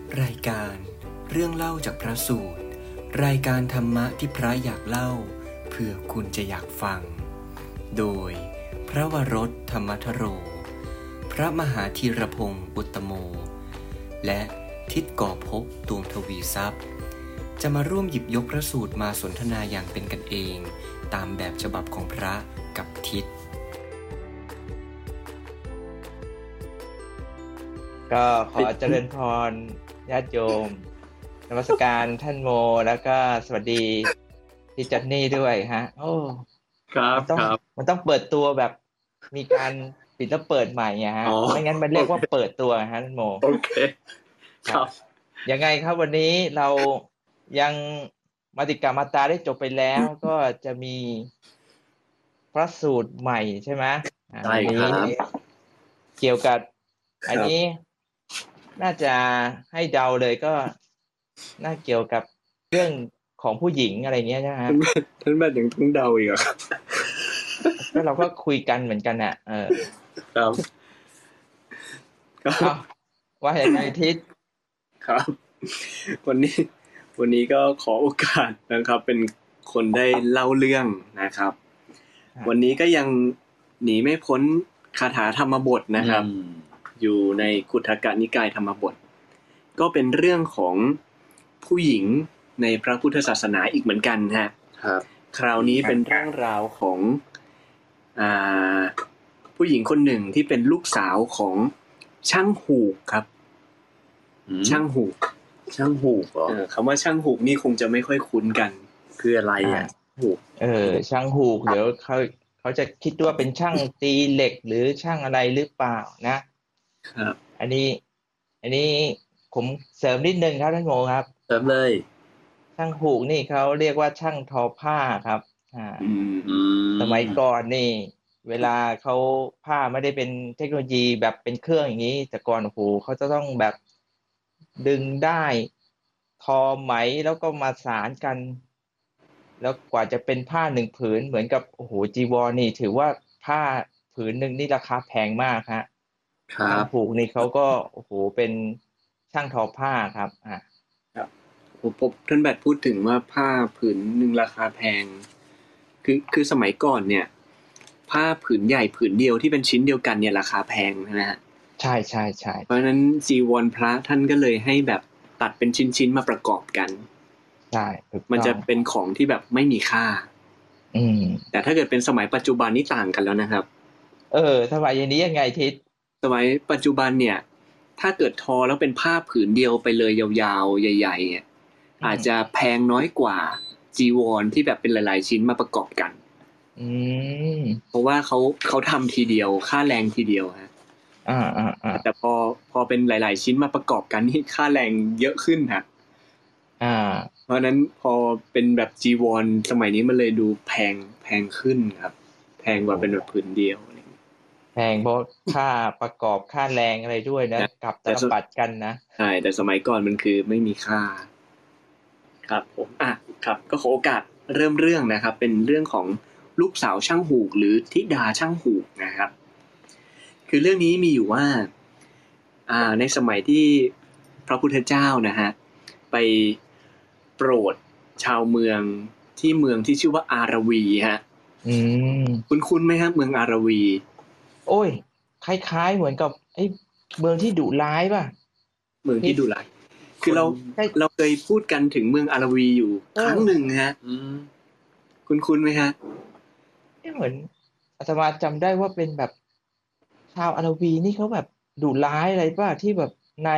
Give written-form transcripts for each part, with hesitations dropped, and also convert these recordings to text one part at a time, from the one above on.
รายการเรื่องเล่าจากพระสูตรรายการธรรมะที่พระอยากเล่าเพื่อคุณจะอยากฟังโดยพระวรถธรรมทโรพระมหาธีรพงศ์อุตตโมและทิศก่อภพดวงทวีทรัพย์จะมาร่วมหยิบยกพระสูตรมาสนทนาอย่างเป็นกันเองตามแบบฉบับของพระกับทิศก็ขอเจริญพรญาติโยมนมัสการท่านโมแล้วก็สวัสดีพี่จันนี่ด้วยฮะโอ้ครับมันต้องเปิดตัวแบบมีการปิดแล้วเปิดใหม่ไงฮะไม่งั้นมันเรียกว่าเปิดตัวฮะท่านโมโอเคครับยังไงครับวันนี้เรายังมาติกามาตาได้จบไปแล้วก็จะมีพระสูตรใหม่ใช่ไหมใช่ครับเกี่ยวกับอันนี้น่าจะให้เดาเลยก็น่าเกี่ยวกับเรื่องของผู้หญิงอะไรเงี้ยใช่ไหมฮะท่านแบบยังต้องเดาอีกเหรอก็เราก็คุยกันเหมือนกันอ่ะครับว่าอย่างไรทิศครับวันนี้ก็ขอโอกาสนะครับเป็นคนได้เล่าเรื่องนะครับวันนี้ก็ยังหนีไม่พ้นคาถาธรรมบทนะครับอยู่ในขุททกนิกายธรรมบทก็เป็นเรื่องของผู้หญิงในพระพุทธศาสนาอีกเหมือนกันฮะครับคราวนี้เป็นเรื่องราวของผู้หญิงคนหนึ่งที่เป็นลูกสาวของช่างหูกครับช่างหูกเหรอคำว่าช่างหูกนี่คงจะไม่ค่อยคุ้นกันคืออะไรอ่ะหูกช่างหูกเดี๋ยวเขาจะคิดว่าเป็นช่างตีเหล็กหรือช่างอะไรหรือเปล่านะครับอันนี้ผมเสริมนิดนึงครับท่านโมครับเสริมเลยช่างหูกนี่เขาเรียกว่าช่างทอผ้าครับสมัยก่อนนี่เวลาเขาผ้าไม่ได้เป็นเทคโนโลยีแบบเป็นเครื่องอย่างนี้แต่ก่อนโอ้โหเขาจะต้องแบบดึงได้ทอไหมแล้วก็มาสานกันแล้วกว่าจะเป็นผ้าหนึ่งผืนเหมือนกับโอ้โหจีวรนี่ถือว่าผ้าผืนหนึ่งนี่ราคาแพงมากฮะช่างผูกนี่เขาก็โอ้โหเป็นช่างทอผ้าครับครับผมท่านแบทพูดถึงว่าผ้าผืนหนึ่งราคาแพงคือสมัยก่อนเนี่ยผ้าผืนใหญ่ผืนเดียวที่เป็นชิ้นเดียวกันเนี่ยราคาแพงนะฮะใช่ใช่ใช่เพราะฉะนั้นจีวรพระท่านก็เลยให้แบบตัดเป็นชิ้นๆมาประกอบกันใช่มันจะเป็นของที่แบบไม่มีค่าแต่ถ้าเกิดเป็นสมัยปัจจุบันนี่ต่างกันแล้วนะครับสมัยนี้ยังไงทิศสมัยปัจจุบันเนี่ยถ้าเกิดทอแล้วเป็นผ้าผืนเดียวไปเลยยาวๆใหญ่ๆเนี่ยอาจจะแพงน้อยกว่าจีวรที่แบบเป็นหลายๆชิ้นมาประกอบกันเพราะว่าเขาทำทีเดียวค่าแรงทีเดียวฮะแต่พอเป็นหลายๆชิ้นมาประกอบกันนี่ค่าแรงเยอะขึ้นฮะเพราะนั้นพอเป็นแบบจีวรสมัยนี้มันเลยดูแพงขึ้นครับแพงกว่าเป็นแบบผืนเดียวแพงเพราะค่าประกอบค่าแรงอะไรด้วยนะกับตลปัดกันนะใช่แต่สมัยก่อนมันคือไม่มีค่าครับผมครับก็ขอโอกาสเริ่มเรื่องนะครับเป็นเรื่องของลูกสาวช่างหูกหรือธิดาช่างหูกนะครับคือเรื่องนี้มีอยู่ว่าในสมัยที่พระพุทธเจ้านะฮะไปโปรดชาวเมืองที่เมืองที่ชื่อว่าอารวีฮะคุ้นไหมครับเมืองอารวีโอ้ยคล้ายๆเหมือนกับไอ้เมืองที่ดุร้ายป่ะเมืองที่ดุร้ายคือเราเคยพูดกันถึงเมืองอารวีอยู่ครั้งหนึ่งฮะคุ้นไหมฮะเหมือนอาตมาจำได้ว่าเป็นแบบชาวอารวีนี่เขาแบบดุร้ายอะไรป่ะที่แบบใน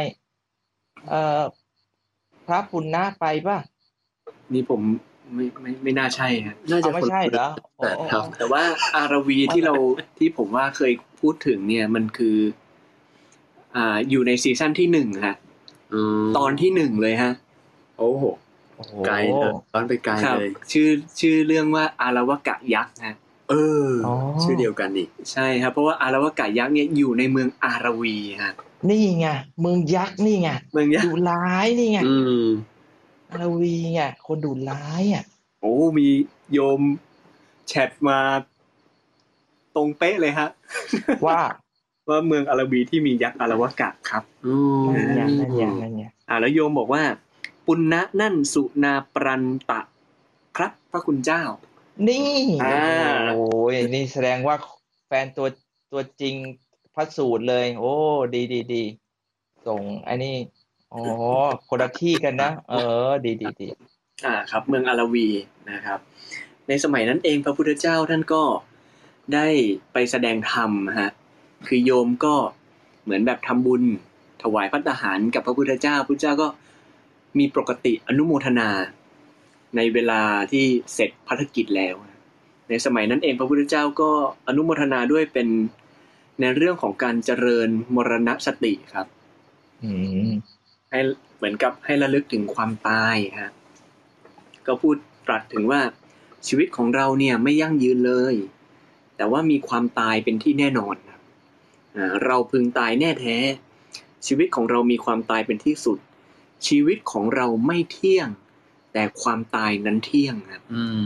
พระปุณณะไปป่ะนี่ผมไม่น่าใช่ฮะน่าจะไม่ใช่เหรอแต่ว่าอารวีที่ผมว่าเคยพูดถึงเนี่ยมันคืออยู่ในซีซั่นที่1ฮะตอนที่1เลยฮะโอ้โหไกลเลยตอนไปไกลเลยชื่อเรื่องว่าอารวกะยักษ์ฮะชื่อเดียวกันนี่ใช่ครับเพราะว่าอารวกะยักษ์เนี่ยอยู่ในเมืองอารวีฮะนี่ไงเมืองยักษ์นี่ไงเมืองยักษ์ดุร้ายนี่ไงอารวีไงคนดุร้ายโอ้มีโยมแชทมาตรงเป๊ะเลยฮะว่าเมืองอารวีที่มียักษ์อารวกะครับนั่นไงแล้วโยมบอกว่าปุณณะนั่นสุนาปรันตะครับพระคุณเจ้านี่โอ้ยนี่แสดงว่าแฟนตัวจริงพระสูตรเลยโอ้ดีส่งอันนี้อ๋อคนละที่กันนะดีครับเมืองอาราวีนะครับในสมัยนั้นเองพระพุทธเจ้าท่านก็ได้ไปแสดงธรรมฮะคือโยมก็เหมือนแบบทำบุญถวายภัตตาหารกับพระพุทธเจ้าพุทธเจ้าก็มีปกติอนุโมทนาในเวลาที่เสร็จภารกิจแล้วในสมัยนั้นเองพระพุทธเจ้าก็อนุโมทนาด้วยเป็นในเรื่องของการเจริญมรณสติครับให้เหมือนกับให้ระลึกถึงความตายฮะก็พูดตรัสถึงว่าชีวิตของเราเนี่ยไม่ยั่งยืนเลยแต่ว่ามีความตายเป็นที่แน่นอนเราพึงตายแน่แท้ชีวิตของเรามีความตายเป็นที่สุดชีวิตของเราไม่เที่ยงแต่ความตายนั้นเที่ยงครับ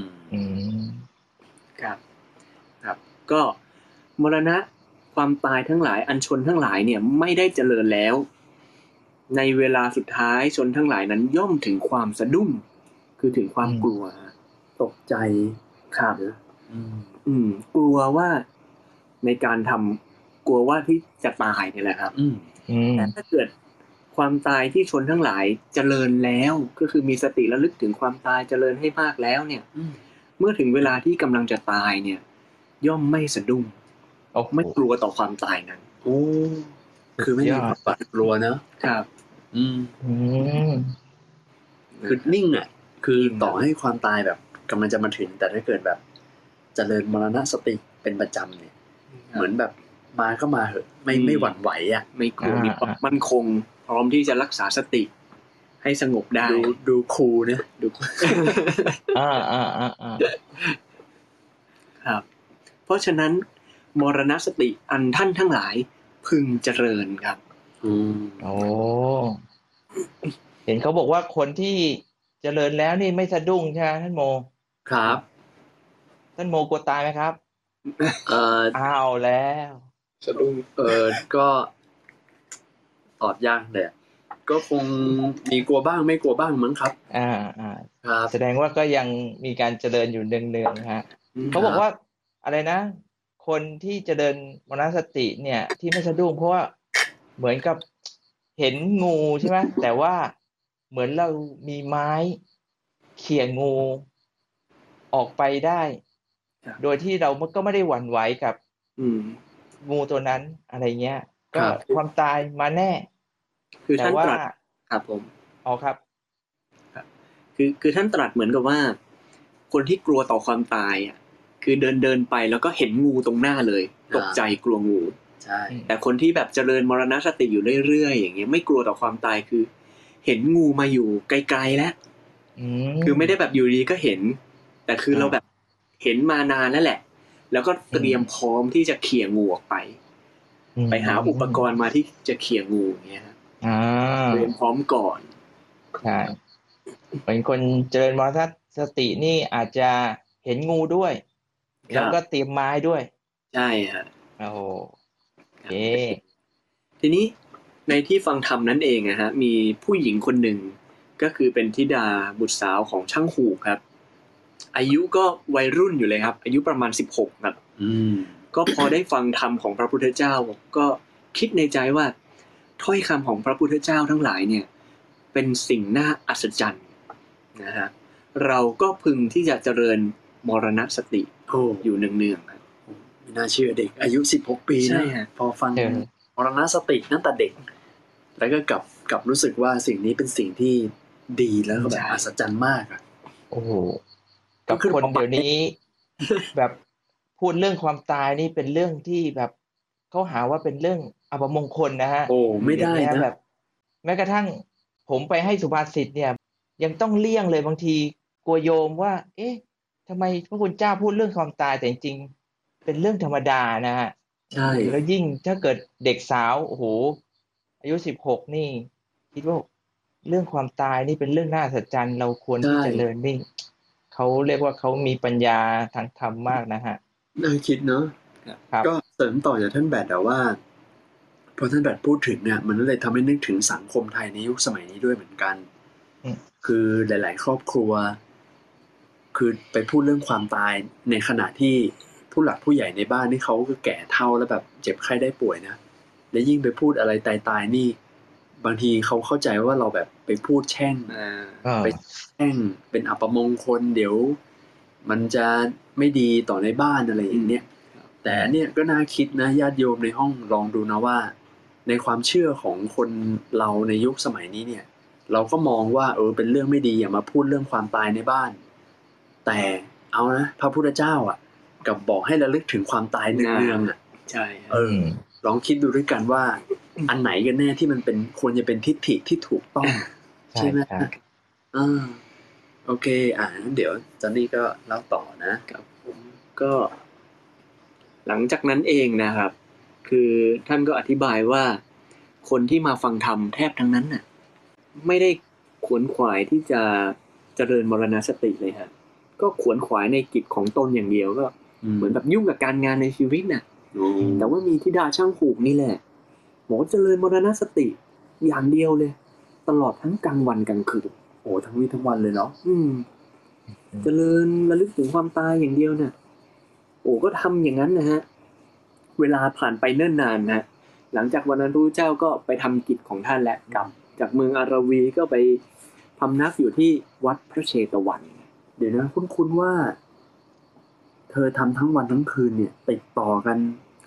ครับก็มรณะความตายทั้งหลายอันชนทั้งหลายเนี่ยไม่ได้เจริญแล้วในเวลาสุดท้ายชนทั้งหลายนั้นย่อมถึงความสะดุ้งคือถึงความกลัวตกใจครับกลัวว่าในการทำกลัวว่าที่จะตายนี่แหละครับแต่ถ้าเกิดความตายที่ชนทั้งหลายเจริญแล้วก็คือมีสติระลึกถึงความตายเจริญให้มากแล้วเนี่ยเมื่อถึงเวลาที่กำลังจะตายเนี่ยย่อมไม่สะดุ้งไม่กลัวต่อความตายนั้นคือไม่มีความหวาดกลัวเนอะครับคือนิ่งอ่ะคือต่อให้ความตายแบบกำลังจะมาถึงแต่ถ้าเกิดแบบเจริญมรณสติเป็นประจำเนี่ยเหมือนแบบมาก็มาเหอะไม่หวั่นไหวอ่ะไม่กลัวมีความมั่นคงพร้อมที่จะรักษาสติให้สงบได้ดูคูลนะดูครับเพราะฉะนั้นมรณสติอันท่านทั้งหลายพึงเจริญครับเห็นเขาบอกว่าคนที่เจริญแล้วนี่ไม่สะดุ้งใช่ไหมท่านโมครับท่านโมกลัวตายไหมครับอ้าวแล้วสะดุ้งก็ตอบยากเลยก็คงมีกลัวบ้างไม่กลัวบ้างมั้งครับครับแสดงว่าก็ยังมีการเจริญอยู่เนืองๆฮะเขาบอกว่าอะไรนะคนที่เจริญมรณสติเนี่ยที่ไม่สะดุ้งเพราะว่าเหมือนกับเห็นงูใช่ไหมแต่ว่าเหมือนเรามีไม้เขี่ยงูออกไปได้โดยที่เราก็ไม่ได้หวั่นไหวกับงูตัวนั้นอะไรเงี้ยก็ความตายมาแน่คือท่านตรัสครับผมครับคือท่านตรัสเหมือนกับว่าคนที่กลัวต่อความตายอ่ะคือเดินไปแล้วก็เห็นงูตรงหน้าเลยตกใจกลัวงูใช่แต่คนที่แบบเจริญมรณสติอยู่เรื่อยๆอย่างเงี้ยไม่กลัวต่อความตายคือเห็นงูมาอยู่ไกลๆแล้วคือไม่ได้แบบอยู่ดีก็เห็นแต่คือเราแบบเห็นมานานแล้วแหละแล้วก็เตรียมพร้อมที่จะเขี่ยงูออกไปหาอุปกรณ์มาที่จะเขี่ยงูอย่างเงี้ยเตรียมพร้อมก่อนใช่เป็นคนเจริญมรณสตินี่อาจจะเห็นงูด้วยแล้วก็เตรียมไม้ด้วยใช่ฮะโอเคทีนี้ในที่ฟังธรรมนั้นเองนะฮะมีผู้หญิงคนหนึ่งก็คือเป็นธิดาบุตรสาวของช่างหูครับอายุก็วัยรุ่นอยู่เลยครับอายุประมาณ16ครับก็พอได้ฟังธรรมของพระพุทธเจ้าก็คิดในใจว่าถ้อยคำของพระพุทธเจ้าทั้งหลายเนี่ยเป็นสิ่งน่าอัศจรรย์นะฮะเราก็พึงที่จะเจริญมรณสติอยู่เนืองๆครับไม่น่าเชื่อเด็กอายุ16ปีนะพอฟังมรณสติตั้งแต่เด็กแล้วก็กลับรู้สึกว่าสิ่งนี้เป็นสิ่งที่ดีแล้วก็แบบอัศจรรย์มากอ่ะโอ้โหกับคนเดี๋ยวนี้แบบพูดเรื่องความตายนี่เป็นเรื่องที่แบบเขาหาว่าเป็นเรื่องอัปมงคลนะฮะไม่ได้นะแบบแม้กระทั่งผมไปให้สุภาษิตเนี่ยยังต้องเลี่ยงเลยบางทีกลัวโยมว่าเอ๊ะทำไมพระคุณเจ้าพูดเรื่องความตายแต่จริงๆเป็นเรื่องธรรมดานะฮะใช่แล้วยิ่งถ้าเกิดเด็กสาวโอ้โหอายุ16นี่คิดว่าเรื่องความตายนี่เป็นเรื่องน่าอัศจรรย์เราควรที่จะเรียนนี่เขาเรียกว่าเขามีปัญญาทางธรรมมากนะฮะน่าคิดเนาะก็เสริมต่อจากท่านแบดแต่ว่าพอท่านแบบพูดถึงเนี่ยมันก็เลยทำให้นึกถึงสังคมไทยในยุคสมัยนี้ด้วยเหมือนกันคือหลายๆครอบครัวคือไปพูดเรื่องความตายในขณะที่ผู้หลักผู้ใหญ่ในบ้านนี่เขาก็แก่เฒ่าแล้วแบบเจ็บไข้ได้ป่วยนะและยิ่งไปพูดอะไรตายๆนี่บางทีเขาเข้าใจว่าเราแบบไปพูดแช่งไปแช่งเป็นอัปมงคลเดี๋ยวมันจะไม่ดีต่อในบ้านอะไรอย่างเนี้ยแต่เนี่ยก็น่าคิดนะญาติโยมในห้องลองดูนะว่าในความเชื่อของคนเราในยุคสมัยนี้เนี่ยเราก็มองว่าเป็นเรื่องไม่ดีอย่ามาพูดเรื่องความตายในบ้านแต่เอานะพระพุทธเจ้าอ่ะกับบอกให้ระลึกถึงความตายเนืองๆอ่ะใช่ลองคิดดูด้วยกันว่าอันไหนกันแน่ที่มันเป็นควรจะเป็นทิฏฐิที่ถูกต้องใช่ไหมโอเคเดี๋ยวจอนนี่ก็เล่าต่อนะครับผมก็หลังจากนั้นเองนะครับคือท่านก็อธิบายว่าคนที่มาฟังธรรมแทบทั้งนั้นน่ะไม่ได้ขวนขวายที่จะเจริญมรณสติเลยครับก็ขวนขวายในกิจของตนอย่างเดียวก็เหมือนแบบยุ่งกับการงานในชีวิตน่ะแต่ว่ามีธิดาช่างผูกนี่แหละบอกว่าเจริญมรณสติอย่างเดียวเลยตลอดทั้งกลางวันกลางคืนทั้งวี่ทั้งวันเลยเนาะเจริญระลึกถึงความตายอย่างเดียวน่ะก็ทำอย่างนั้นนะฮะเวลาผ่านไปเนิ่นนานนะหลังจากวันนั้นพระพุทธเจ้าก็ไปทำกิจของท่านและกลับจากเมืองอารวีก็ไปพำนักอยู่ที่วัดพระเชตวันเดี๋ยวนะคุ้นๆว่าเธอทำทั้งวันทั้งคืนเนี่ยติดต่อกัน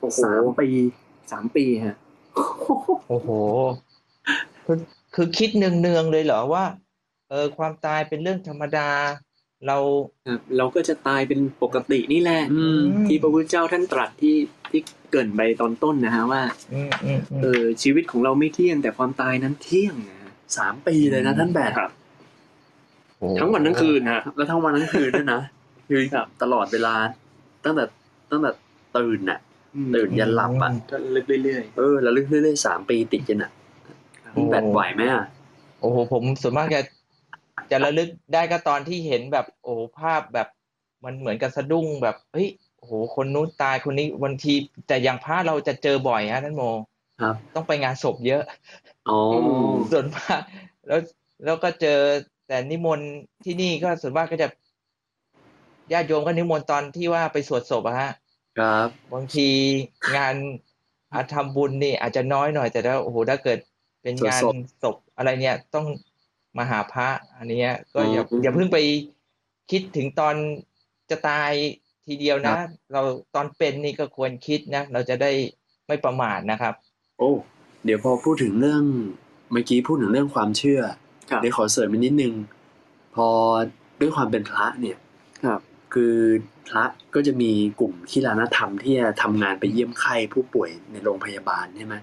3 ปีฮะโอ้โหคือคิดเนืองๆเลยเหรอว่าความตายเป็นเรื่องธรรมดาเราก็จะตายเป็นปกตินี่แหละที่พระพุทธเจ้าท่านตรัสที่เกริ่นไปตอนต้นนะฮะว่าชีวิตของเราไม่เที่ยงแต่ความตายนั้นเที่ยงนะ 3 ปีเลยนะท่านแบบทั้งวันทั้งคืนฮะแล้วทั้งวันทั้งคืนด้วยนะคือตลอดเวลาตั้งแต่ตื่นยันหลับก็ลึกเรื่อยๆระลึกเรื่อยๆ3 ปีติดกันแบบไหวไหมโอ้โหผมส่วนมากจะระลึกได้ก็ตอนที่เห็นแบบภาพแบบมันเหมือนกับสะดุ้งแบบคนนู้นตายคนนี้วันทีแต่อย่างพระเราจะเจอบ่อยฮะท่านโมครับต้องไปงานศพเยอะส่วนมากแล้วก็เจอแต่นิมนต์ที่นี่ก็ส่วนมากก็จะญาติโยมก็นิมนต์ตอนที่ว่าไปสวดศพฮะครับบางทีงานทำบุญนี่อาจจะน้อยหน่อยแต่ถ้าถ้าเกิดเป็นงานศพอะไรเนี่ยต้องมาหาพระอันนี้ก็อย่าเพิ่งไปคิดถึงตอนจะตายทีเดียวนะเราตอนเป็นนี่ก็ควรคิดนะเราจะได้ไม่ประมาทนะครับเดี๋ยวพอพูดถึงเรื่องเมื่อกี้พูดถึงเรื่องความเชื่อเดี๋ยวขอเสริมอีกนิดนึงพอด้วยความเป็นพระเนี่ยคือพระก็จะมีกลุ่มคีลานธรรมที่จะทำงานไปเยี่ยมไข้ผู้ป่วยในโรงพยาบาลใช่ไหม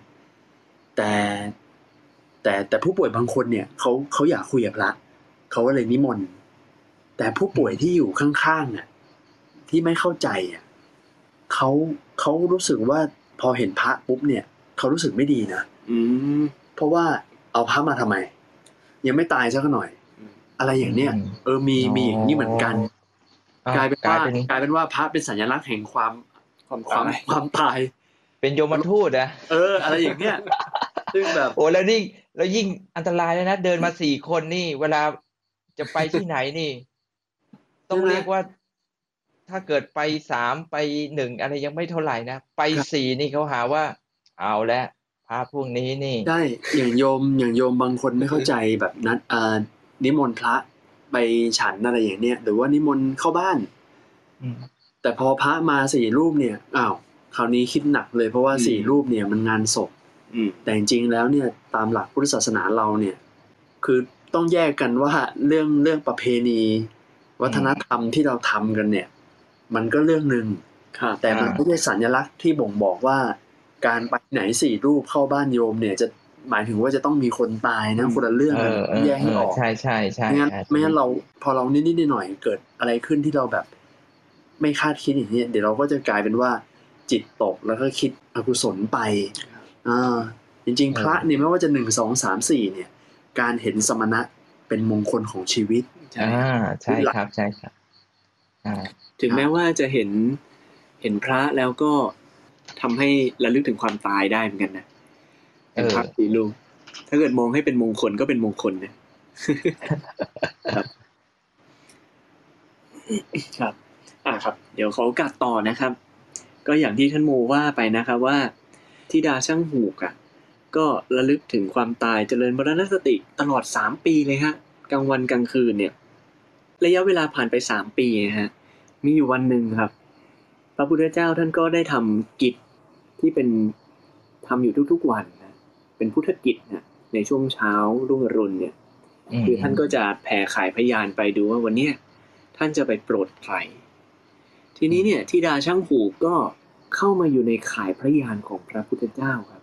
แต่ผู้ป่วยบางคนเนี่ยเขาอยากคุยกับพระเขาก็เลยนิมนต์แต่ผู้ป่วยที่อยู่ข้างๆที่ไม่เข้าใจเขารู้สึกว่าพอเห็นพระปุ๊บเนี่ยเขารู้สึกไม่ดีนะเพราะว่าเอาพระมาทำไมยังไม่ตายสักหน่อยอะไรอย่างเนี้ยมีอย่างนี้เหมือนกันกลายเป็นว่าพระเป็นสัญลักษณ์แห่งความตายเป็นโยมทูตอะไรอย่างเนี้ยซึ่งแบบแล้วยิ่งอันตรายเลยนะเดินมา4 คนนี่เวลาจะไปที่ไหนนี่ต้องเรียกว่าถ้าเกิดไป3ไป1อะไรยังไม่เท่าไหร่นะไป4นี่เขาหาว่าเอาแล้วพระพวกนี้นี่ได้อย่างโยมบางคนไม่เข้าใจแบบนั้นนิมนต์พระไปฉันอะไรอย่างเนี้ยหรือว่านิมนต์เข้าบ้านแต่พอพระมา4 รูปเนี่ยคราวนี้คิดหนักเลยเพราะว่า4 รูปเนี่ยมันงานศพแต่จริงๆแล้วเนี่ยตามหลักพุทธศาสนาเราเนี่ยคือต้องแยกกันว่าเรื่องประเพณีวัฒนธรรมที่เราทำกันเนี่ยมันก็เรื่องนึงแต่มันไม่ใช่สัญลักษณ์ที่บ่งบอกว่าการไปไหน4 รูปเข้าบ้านโยมเนี่ยจะหมายถึงว่าจะต้องมีคนตายนะคนละเรื่องกันแยกให้ออกใช่ไม่งั้นเราพอเรานิดๆหน่อยๆเกิดอะไรขึ้นที่เราแบบไม่คาดคิดอย่างนี้เดี๋ยวเราก็จะกลายเป็นว่าจิตตกแล้วก็คิดอกุศลไปจริงๆพระเนี่ยไม่ว่าจะ1 2 3 4เนี่ยการเห็นสมณะเป็นมงคลของชีวิตใช่ครับถึงแม้ว่าจะเห็นพระแล้วก็ทำให้ระลึกถึงความตายได้เหมือนกันนะเป็นพระ4 ลูกถ้าเกิดมองให้เป็นมงคลก็เป็นมงคลนะครับครับครับเดี๋ยวขอโอกาสต่อนะครับก็อย่างที่ท่านโมว่าไปนะครับว่าธิดาช่างหูกก็ระลึกถึงความตายเจริญมรณสติตลอด3 ปีเลยฮะกลางวันกลางคืนเนี่ยระยะเวลาผ่านไป3 ปีนะฮะมีอยู่วันหนึ่งครับพระพุทธเจ้าท่านก็ได้ทำกิจที่เป็นทำอยู่ทุกๆวันนะเป็นพุทธกิจนะในช่วงเช้ารุ่งอรุณเนี่ยคือท่านก็จะแผ่ข่ายพยานไปดูว่าวันนี้ท่านจะไปโปรดใครทีนี้เนี่ยธิดาช่างหูก็เข้ามาอยู่ในข่ายพระยานของพระพุทธเจ้าครับ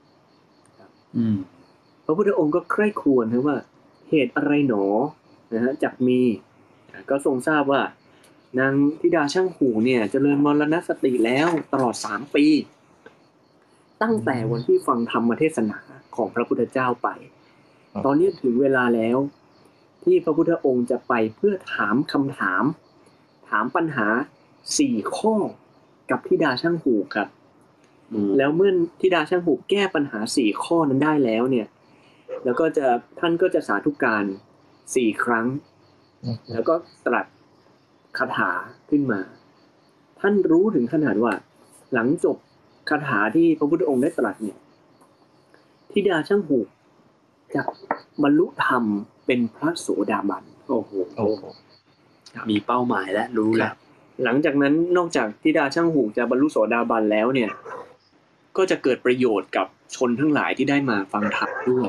พระพุทธองค์ก็ใคร่ครวญนะว่าเหตุอะไรหนอนะฮะจักมีก็ทรงทราบว่านางธิดาช่างหูเนี่ยเจริญมรณสติแล้วตลอด3 ปีตั้งแต่วันที่ฟังธรรมเทศนาของพระพุทธเจ้าไปตอนนี้ถึงเวลาแล้วที่พระพุทธองค์จะไปเพื่อถามคำถามปัญหา4 ข้อกับธิดาช่างหูครับแล้วเมื่อธิดาช่างหูแก้ปัญหา4 ข้อนั้นได้แล้วเนี่ยแล้วก็ท่านก็จะสาธุการ4 ครั้งแล้วก็ตรัสคาถาขึ้นมาท่านรู้ถึงขนาดว่าหลังจบคาถาที่พระพุทธองค์ได้ตรัสเนี่ยธิดาช่างหูจะบรรลุธรรมเป็นพระโสดาบันโอ้โหมีเป้าหมายและรู้แล้วหลังจากนั้นนอกจากธิดาช่างหูจะบรรลุโสดาบันแล้วเนี่ยก็จะเกิดประโยชน์กับชนทั้งหลายที่ได้มาฟังธรรมด้วย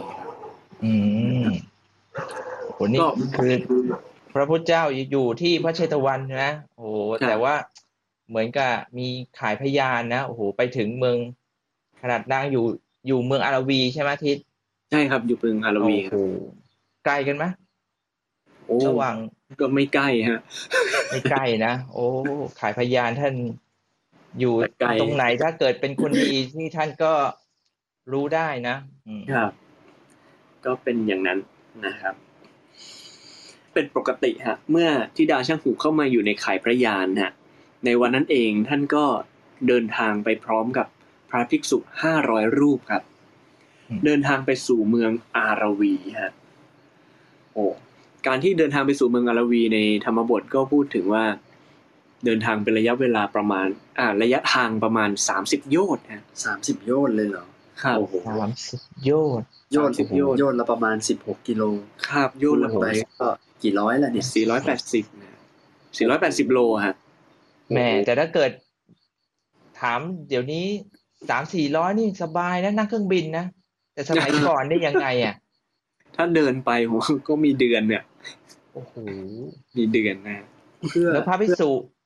โหนี่คือพระพุทธเจ้าอยู่ที่พระเชตวันนะโอ้แต่ว่าเหมือนกับมีข่ายพยานนะโอ้โหไปถึงเมืองขนาดนางอยู่เมืองอาราวีใช่ไหมทิศใช่ครับอยู่เมืองอาราวีครับไกลกันไหมระหว่างก็ไม่ใกล้ฮะไม่ใกล้นะโอ้ข่ายพยานท่านอยู่ตรงไหนถ้าเกิดเป็นคนดีที่ท่านก็รู้ได้นะครับก็เป็นอย่างนั้นนะครับเป็นปกติฮะเมื่อธิดาช่างหูเข้ามาอยู่ในข่ายพระยานฮะในวันนั้นเองท่านก็เดินทางไปพร้อมกับพระภิกษุ500 รูปครับเดินทางไปสู่เมืองอาราวีฮะการที่เดินทางไปสู่เมืองอาราวีในธรรมบทก็พูดถึงว่าเดินทางเป็นระยะเวลาประมาณระยะทางประมาณ30 โยชน์ฮะ 30 โยชน์เลยเหรอครับ 30 โยชน์โยชน์ละประมาณ16 กิโลครับโยชน์ละไปก็กี่ร้อยละเนี่ย 480นะ480 โลฮะแม่แต่ถ้าเกิดถามเดี๋ยวนี้ 3-400 นี่สบายนะนั่งเครื่องบินนะแต่สมัยก่อนได้ยังไงถ้าเดินไปผมก็มีเดือนเนี่ยโอ้โหมีเดือนนะแล้วพระภิกษุ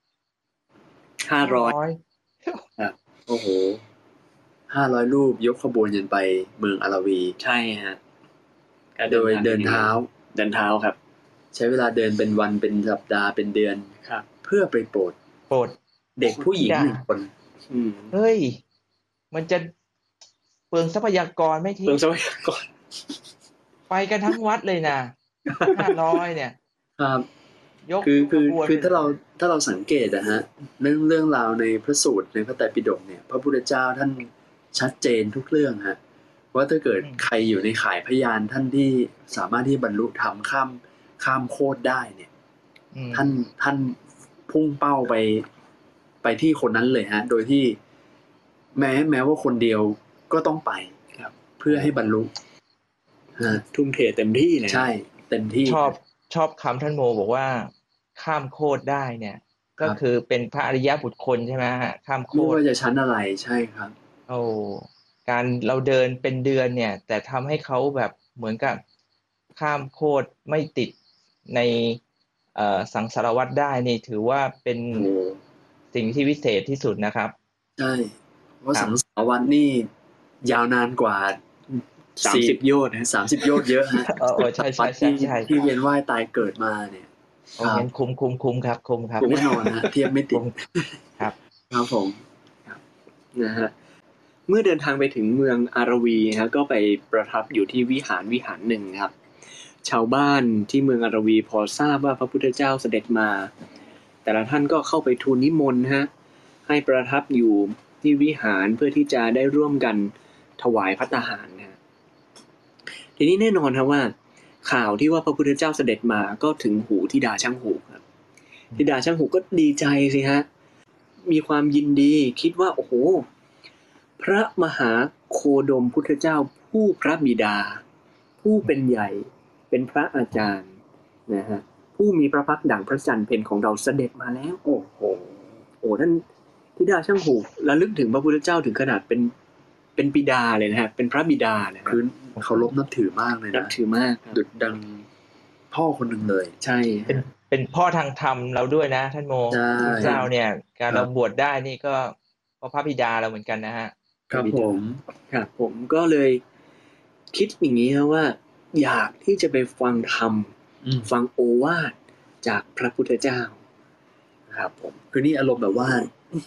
500 ครับโอ้โห500 รูปยกขบวนยันไปเมืองอาราวีใช่ฮะโดยเดินเท้าครับใช้เวลาเดินเป็นวันเป็นสัปดาห์เป็นเดือนครับเพื่อไปโปรดเด็กผู้หญิง1 คนเฮ้ยมันจะเปลืองทรัพยากรไม่ทิ้งเปลืองทรัพยากรไปกันทั้งวัดเลยนะ500เนี่ยครับคือถ้าเราสังเกตนะฮะเรื่องราวในพระสูตรในพระไตรปิฎกเนี่ยพระพุทธเจ้าท่านชัดเจนทุกเรื่องฮะว่าถ้าเกิดใครอยู่ในข่ายพยานท่านที่สามารถที่บรรลุธรรมข้ามโคตรได้เนี่ยท่านพุ่งเป้าไปที่คนนั้นเลยฮะโดยที่แม้ว่าคนเดียวก็ต้องไปครับเพื่อให้บรรลุทุ่มเทเต็มที่เลยใช่เต็มที่ชอบคำท่านโมบอกว่าข้ามโคตรได้เนี่ยก็คือเป็นพระอริยบุคคลใช่ไหมฮะข้ามโคตรไม่ว่าจะชั้นอะไรใช่ครับการเราเดินเป็นเดือนเนี่ยแต่ทำให้เขาแบบเหมือนกับข้ามโคตรไม่ติดในสังสารวัฏได้นี่ถือว่าเป็นสิ่งที่วิเศษที่สุดนะครับใช่ว่าสังสารวัฏนี่ยาวนานกว่า 30 โยชน์นะ 30 โยชน์เยอะฮะใช่ที่เวียนว่ายตายเกิดมาเนี่ยงั้นคุ้มครับแน่นอนนะเทียบไม่ติดครับผมนะฮะเมื่อเดินทางไปถึงเมืองอาราวีฮะก็ไปประทับอยู่ที่วิหารหนึ่งครับชาวบ้านที่เมืองอาราวีพอทราบว่าพระพุทธเจ้าเสด็จมาแต่ละท่านก็เข้าไปทูลนิมนต์ฮะให้ประทับอยู่ที่วิหารเพื่อที่จะได้ร่วมกันถวายภัตตาหารนะทีนี้แน่นอนครับว่าข่าวที่ว่าพระพุทธเจ้าเสด็จมาก็ถึงหูธิดาช่างหูครับธิดาช่างหูก็ดีใจสิฮะมีความยินดีคิดว่าโอ้โหพระมหาโคดมพุทธเจ้าผู้พระบิดาผู้เป็นใหญ่เป็นพระอาจารย์นะฮะผู้มีพระพักตร์ดั่งพระจันทร์เพ็ญของเราเสด็จมาแล้วโอ้โหท่านธิดาช่างหูระลึกถึงพระพุทธเจ้าถึงขนาดเป็นบิดาเลยนะฮะเป็นพระบิดาเลยคือเคารพนับถือมากเลยนะนับถือมากดุจดังพ่อคนหนึ่งเลยใช่เป็นพ่อทางธรรมเราด้วยนะท่านโมพระเจ้าเนี่ยการเราบวชได้นี่ก็พระบิดาเราเหมือนกันนะฮะครับผมก็เลยคิดอย่างนี้นะว่าอยากที่จะไปฟังธรรมฟังโอวาทจากพระพุทธเจ้าครับผมคือนี่อารมณ์แบบว่า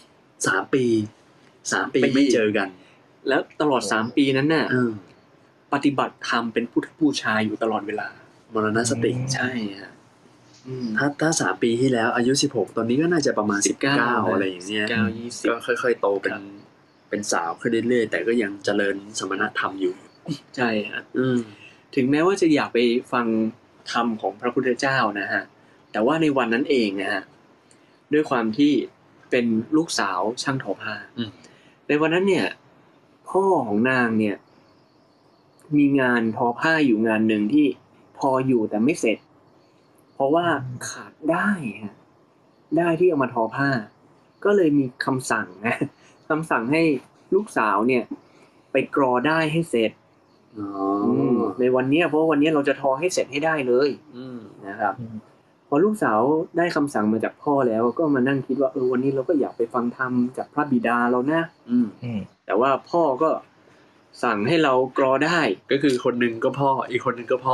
3 ปีไม่เจอกันแล้วตลอด3 ปีนั้นน่ะปฏิบัติธรรมเป็นพุทธบูชาอยู่ตลอดเวลามรณสติใช่ฮะถ้า3 ปีที่แล้วอายุ16ตอนนี้ก็น่าจะประมาณ19อะไรอย่างเงี้ยก็ค่อยๆโตเป็นสาวขึ้นเรื่อยๆแต่ก็ยังเจริญสมณธรรมอยู่ใช่ฮะถึงแม้ว่าจะอยากไปฟังธรรมของพระพุทธเจ้านะฮะแต่ว่าในวันนั้นเองนะฮะด้วยความที่เป็นลูกสาวช่างทอผ้าในวันนั้นเนี่ยพ่อของนางเนี่ยมีงานทอผ้าอยู่งานหนึ่งที่ทออยู่แต่ไม่เสร็จเพราะว่าขาดได้ที่เอามาทอผ้าก็เลยมีคำสั่งให้ลูกสาวเนี่ยไปกรอได้ให้เสร็จในวันนี้เพราะวันนี้เราจะทอให้เสร็จให้ได้เลยนะครับพอลูกสาวได้คำสั่งมาจากพ่อแล้วก็มานั่งคิดว่าวันนี้เราก็อยากไปฟังธรรมจากพระบิดาเรานะแต่ว่าพ่อก็สั่งให้เรากรอได้ก็คือคนหนึ่งก็พ่ออีกคนหนึ่งก็พ่อ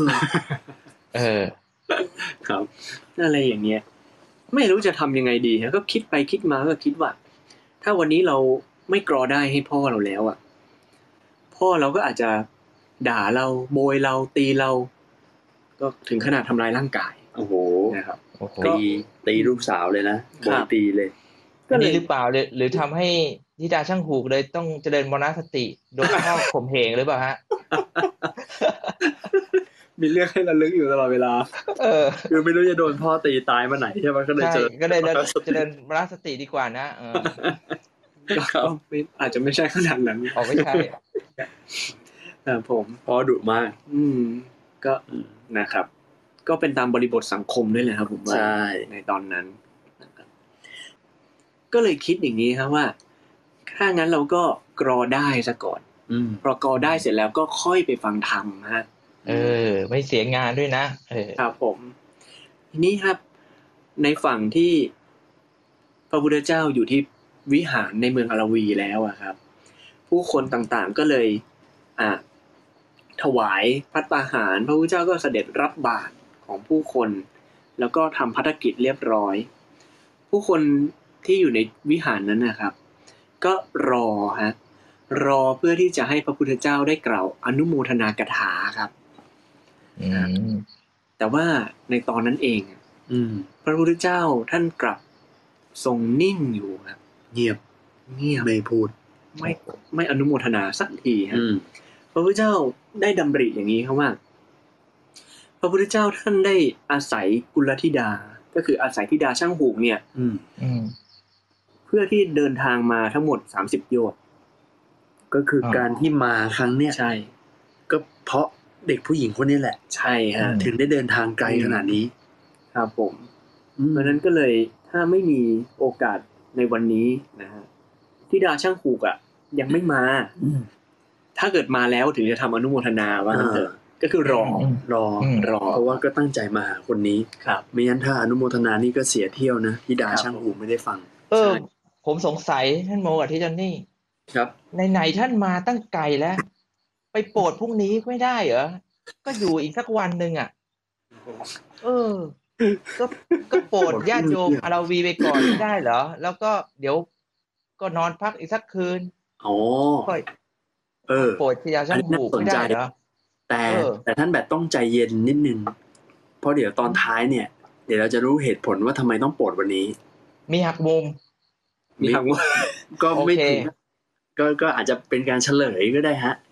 ครับอะไรอย่างเงี้ยไม่รู้จะทำยังไงดีก็คิดไปคิดมาก็คิดว่าถ้าวันนี้เราไม่กรอได้ให้พ่อเราแล้วอ่ะพ่อเราก็อาจจะด่าเราโบยเราตีเราก็ถึงขนาดทำร้ายร่างกายโอ้โหนะครับตีลูกสาวเลยนะโบยตีเลยก็นี่หรือเปล่าหรือทำให้ธิดาช่างหูเลยต้องเจริญมรณสติโดนพ่อข่มเหงหรือเปล่าฮะมีเรื่องให้ระลึกอยู่ตลอดเวลาคือไม่รู้จะโดนพ่อตีตายเมื่อไหร่ใช่ไหมก็เลยเจริญมรณสติดีกว่านะก็อาจจะไม่ใช่ขนาดนั้นไม่ใช่ผมพ่อดุมากก็นะครับก็เป็นตามบริบทสังคมด้วยแหละครับผมว่าในตอนนั้นก็เลยคิดอย่างนี้ครับว่าถ้างั้นเราก็กรอได้ซะก่อนพอกรอได้เสร็จแล้วก็ค่อยไปฟังธรรมฮะไม่เสียงานด้วยนะครับผมทีนี้ครับในฝั่งที่พระพุทธเจ้าอยู่ที่วิหารในเมืองอารวีแล้วอะครับผู้คนต่างๆก็เลยถวายภัตตาหารพระพุทธเจ้าก็เสด็จรับบาตรของผู้คนแล้วก็ทำภัตตกิจเรียบร้อยผู้คนที่อยู่ในวิหารนั้นนะครับก็รอเพื่อที่จะให้พระพุทธเจ้าได้กล่าวอนุโมทนากถาครับแต่ว่าในตอนนั้นเองพระพุทธเจ้าท่านกลับทรงนิ่งอยู่ครับเงียบไม่พูดไม่อนุโมทนาสักทีครับพระพุทธเจ้าได้ดำริอย่างนี้ครับว่าพระพุทธเจ้าท่านได้อาศัยกุลธิดาก็คืออาศัยธิดาช่างหูเนี่ยเพื่อที่เดินทางมาทั้งหมด30 โยชน์ก็คือการที่มาครั้งเนี้ยใช่ก็เพราะเด็กผู้หญิงคนนี้แหละใช่ฮะถึงได้เดินทางไกลขนาดนี้ครับผมเพราะนั้นก็เลยถ้าไม่มีโอกาสในวันนี้นะฮะธิดาช่างหูยังไม่มาถ้าเกิดมาแล้วถึงจะทำอนุโมทนาว่างั้นเถอะก็คือรอเพราะว่าก็ตั้งใจมาคนนี้ครับไม่งั้นถ้าอนุโมทนานี่ก็เสียเที่ยวนะธิดาช่างหูไม่ได้ฟังผมสงสัยท่านโมกับที่จอนนี่ครับไหนท่านมาตั้งไกลแล้วไปโปรดพรุ่งนี้ไม่ได้เหรอก็อยู่อีกสักวันนึงก็โปรดญาติโยมอาราวีไปก่อนไม่ได้เหรอแล้วก็เดี๋ยวก็นอนพักอีกสักคืนโปรดธิดาช่างหูไม่ได้เหรอแต่ท่านแบบต้องใจเย็นนิดนึงเพราะเดี๋ยวตอนท้ายเนี่ยเดี๋ยวเราจะรู้เหตุผลว่าทำไมต้องโปรดวันนี้มีหักมุมก็ไม่ถึงก็อาจจะเป็นการเฉลยก็ได้ฮะ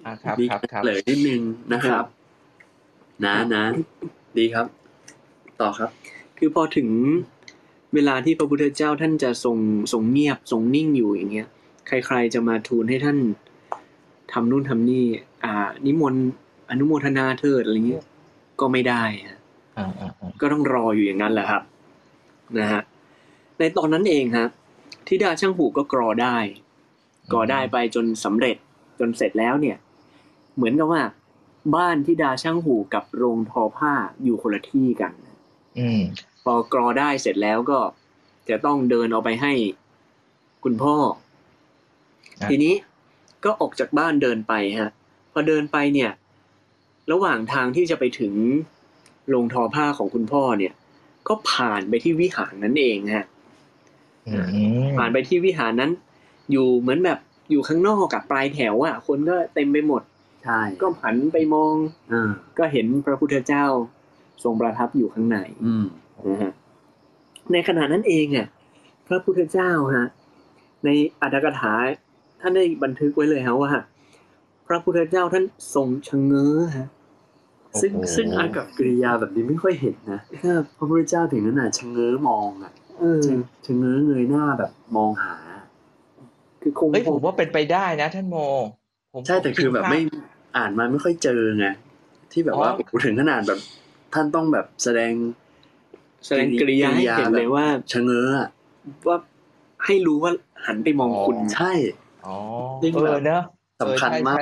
ครับมีครับเลยนิดนึงนะครับนะดีครับต่อครับคือพอถึงเวลาที่พระพุทธเจ้าท่านจะทรงเงียบทรงนิ่งอยู่อย่างเงี้ยใครๆจะมาทูลให้ท่านทำนู่นทำนี่นิมนต์อนุโมทนาเถิดอะไรเงี้ยก็ไม่ได้ก็ต้องรออยู่อย่างนั้นแหละครับนะฮะในตอนนั้นเองครับธิดาช่างหูก็กรอได้ไปจนสำเร็จจนเสร็จแล้วเนี่ยเหมือนกับว่าบ้านธิดาช่างหูกับโรงทอผ้าอยู่คนละที่กันพอกรอได้เสร็จแล้วก็จะต้องเดินเอาไปให้คุณพ่อทีนี้ก็ออกจากบ้านเดินไปฮะพอเดินไปเนี่ยระหว่างทางที่จะไปถึงโรงทอผ้าของคุณพ่อเนี่ยก็ผ่านไปที่วิหารนั้นเองฮะผ่านไปที่วิหารนั้นอยู่เหมือนแบบอยู่ข้างนอกกับปลายแถวอ่ะคนก็เต็มไปหมดใช่ก็หันไปมองก็เห็นพระพุทธเจ้าทรงประทับอยู่ข้างในนะฮะในขณะนั้นเองอ่ะพระพุทธเจ้าฮะในอรรถกถาท่านได้บันทึกไว้เลยฮะว่าพระพุทธเจ้าท่านทรงชะเง้อฮะซึ่งอากับกิริยาแบบนี้ไม่ค่อยเห็นนะพระพุทธเจ้าถึงขนาดชะเง้อมองอ่ะชะเง้อเงยหน้าแบบมองหาคือคงผมว่าเป็นไปได้นะท่านโมใช่แต่คือแบบไม่อ่านมาไม่ค่อยเจอไงที่แบบว่าถึงขนาดแบบท่านต้องแบบแสดงกริยาให้เห็นเลยว่าชะเง้อว่าให้รู้ว่าหันไปมองคุณใช่เนอะสำคัญมาก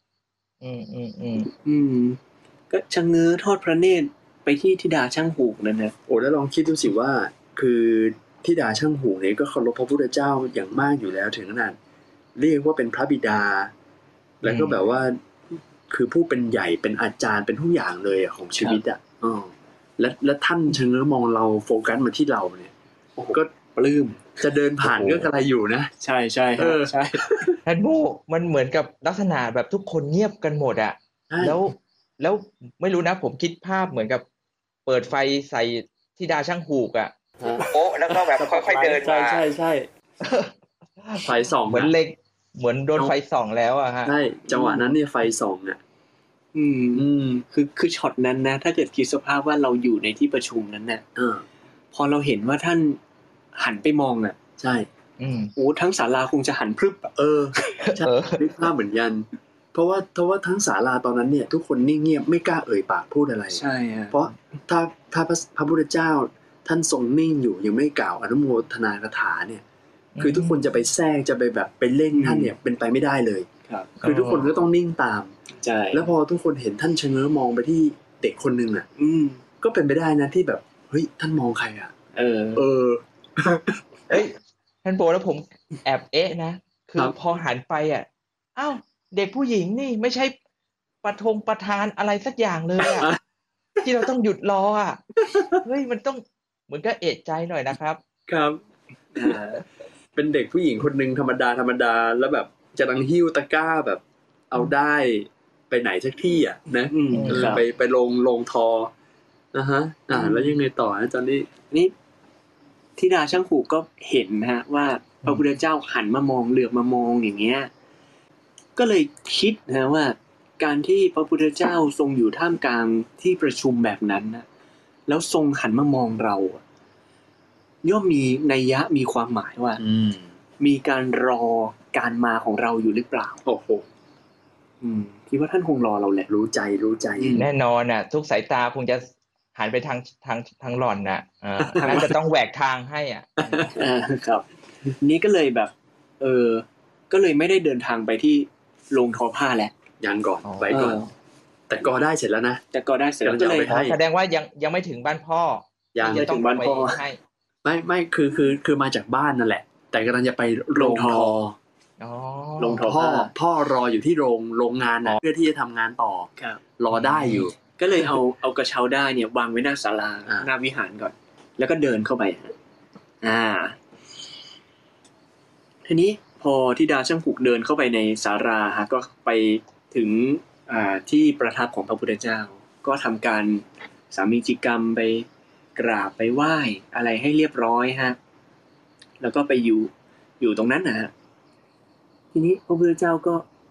ก็ชะเง้อทอดพระเนตรไปที่ธิดาช่างหูกนั่นนะแล้วลองคิดดูสิว่าคือธิดาช่างหูกเนี่ยก็เคารพพระพุทธเจ้าอย่างมากอยู่แล้วถึงขนาดเรียกว่าเป็นพระบิดาแล้วก็แบบว่าคือผู้เป็นใหญ่เป็นอาจารย์เป็นทุกอย่างเลยอ่ะของชีวิตอ่ะและท่านชะเง้อมองเราโฟกัสมาที่เราเนี่ยก็ปลื้มจะเดินผ่านก็อะไรอยู่นะใช่ใช่ใช่ท่านโมมันเหมือนกับลักษณะแบบทุกคนเงียบกันหมดอ่ะแล้วไม่รู้นะผมคิดภาพเหมือนกับเปิดไฟใส่ธิดาช่างหูกอ่ะโอ้แล้วก็แบบค่อยๆเดินมาใช่ไฟส่องเหมือนเล็กเหมือนโดนไฟส่องแล้วอ่ะฮะใช่จังหวะนั้นเนี่ยไฟส่องอ่ะคือช็อตนั้นนะถ้าเกิดคิดสภาพว่าเราอยู่ในที่ประชุมนั้นน่ะพอเราเห็นว่าท่านหันไปมองอ่ะใช่ทั้งศาลาคงจะหันพรึบใช่นึกภาพเหมือนกันเพราะว่าทั้งศาลาตอนนั้นเนี่ยทุกคนนิ่งเงียบไม่กล้าเอ่ยปากพูดอะไรใช่เพราะถ้าพระพุทธเจ้าท่านทรงนิ่งอยู่ยังไม่กล่าวอนุโมทนาคาถาเนี่ยคือทุกคนจะไปแทรกจะไปแบบไปเล่นท่านเนี่ยเป็นไปไม่ได้เลยคือทุกคนก็ต้องนิ่งตามใช่แล้วพอทุกคนเห็นท่านชะเง้อมองไปที่เด็กคนนึงอ่ะก็เป็นไปได้นะที่แบบเฮ้ยท่านมองใครอ่ะท่านโบแล้วผมแอบนะคือพอหันไปอ่ะอ้าวเด็กผู้หญิงนี่ไม่ใช่ประธานอะไรสักอย่างเลยอ่ะที่เราต้องหยุดรออ่ะเฮ้ยมันต้องเหมือนก็เอะใจหน่อยนะครับครับเป็นเด็กผู้หญิงคนนึงธรรมดาแล้วแบบจะดังหิ้วตะกร้าแบบเอาได้ไปไหนสักที่อ่ะนะไปลงทอนะฮะแล้วยังไงต่อนะจอนนี่ธิดาช่างหูก็เห็นนะฮะว่าพระพุทธเจ้าหันมามองเหลือบมามองอย่างเงี้ยก็เลยคิดนะว่าการที่พระพุทธเจ้าทรงอยู่ท่ามกลางที่ประชุมแบบนั้นนะแล้วทรงหันมามองเราย่อมมีนัยยะมีความหมายว่ามีการรอการมาของเราอยู่หรือเปล่าโอ้โหคิดว่าท่านคงรอเราแหละรู้ใจแน่นอนอ่ะทุกสายตาคงจะหันไปทางหล่อนน่ะน่าจะต้องแหวกทางให้อ่ะครับนี้ก็เลยแบบก็เลยไม่ได้เดินทางไปที่โรงทอผ้าแล้วยังก่อนไว้ก่อนแต่ก็ได้เสร็จแล้วนะแต่ก็ได้เสร็จแล้วก็เลยแสดงว่ายังไม่ถึงบ้านพ่อยังไม่ถึงบ้านพ่อไม่คือมาจากบ้านนั่นแหละแต่กำลังจะไปโรงทอโรงทอพ่อรออยู่ที่โรงงานนะเพื่อที่จะทำงานต่อรอได้อยู่ก็เลยเอากระเช้าได้เนี่ยวางไว้หน้าศาลาหน้าวิหารก่อนแล้วก็เดินเข้าไปทีนี้พอธิดาช่างผูกเดินเข้าไปในศาลาฮะก็ไปถึงที่ประทับของพระพุทธเจ้าก็ทำการสามีจิกรรมไปกราบไปไหว้อะไรให้เรียบร้อยฮะแล้วก็ไปอยู่ตรงนั้นนะฮะทีนี้พระพุทธเจ้าก็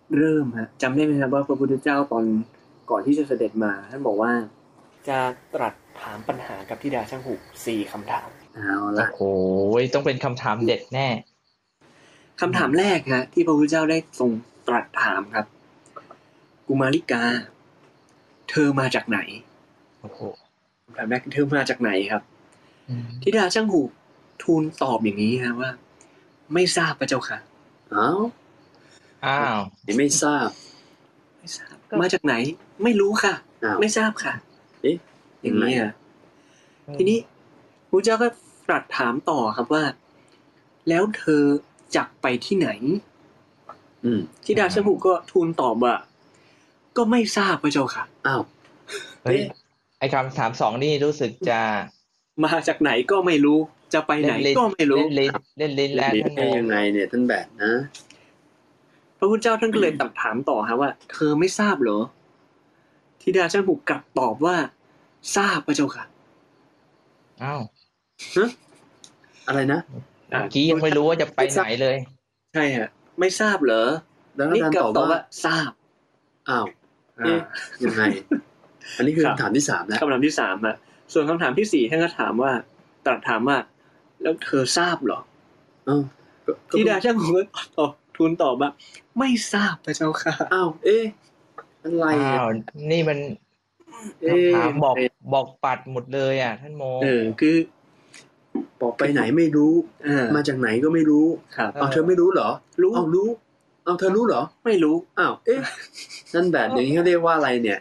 เริ่มฮะจำได้ไหมครับว่าพระพุทธเจ้าตอนก่อนที่จะเสด็จมาท่านบอกว่าจะตรัสถามปัญหากับธิดาช่างหู4คำถามเอาละโอ้ยต้องเป็นคำถามเด็ดแน่คำถามแรกฮะที่พระพุทธเจ้าได้ทรงตรัสถามครับกุมาริกาเธอมาจากไหนโอ้โหคำถามแรกเธอมาจากไหนครับธิดาช่างหูทูลตอบอย่างนี้ฮะว่าไม่ทราบพระเจ้าค่ะอ้าวไม่ทราบมาจากไหนไม่รู้ค่ะไม่ทราบค่ะอย่างนี้อ่ะทีนี้พระเจ้าก็ตรัสถามต่อครับว่าแล้วเธอจักไปที่ไหนธิดาช่างหูก็ทูลตอบว่าก็ไม่ทราบพระเจ้าค่ะอ้าวไอ้คำถาม2นี่รู้สึกจะมาจากไหนก็ไม่รู้จะไปไหนก็ไม่รู้เล่นแล้วท่านยังไงเนี่ยท่านแบบนะพระพุทธเจ้าท่านก็เลยถามต่อครับว่าเธอไม่ทราบเหรอธิดาช่างหูกลับตอบว่าทราบพระเจ้าค่ะอ้าวอะไรนะเมื่อกี้ยังไม่รู้ว่าจะไปไหนเลยใช่ฮะไม่ทราบเหรอแล้วท่านตอบว่าทราบอ้าวยังไงอันนี้คือคำถามที่3แล้วคำถามที่3ฮะส่วนคำถามที่4ท่านก็ถามว่าตรัสถามว่าแล้วเธอทราบเหรอธิดาช่างหูก็ทูลตอบว่าไม่ทราบพระเจ้าค่ะอ้าวอะไรนี่มันถามบอกปัดหมดเลยอ่ะท่านโมคือบอกไปไหนไม่รู้มาจากไหนก็ไม่รู้เธอไม่รู้เหรอรู้เธอรู้เหรอไม่รู้อ้าวนั่นแบบอย่างนี้เขาเรียกว่าอะไรเนี่ย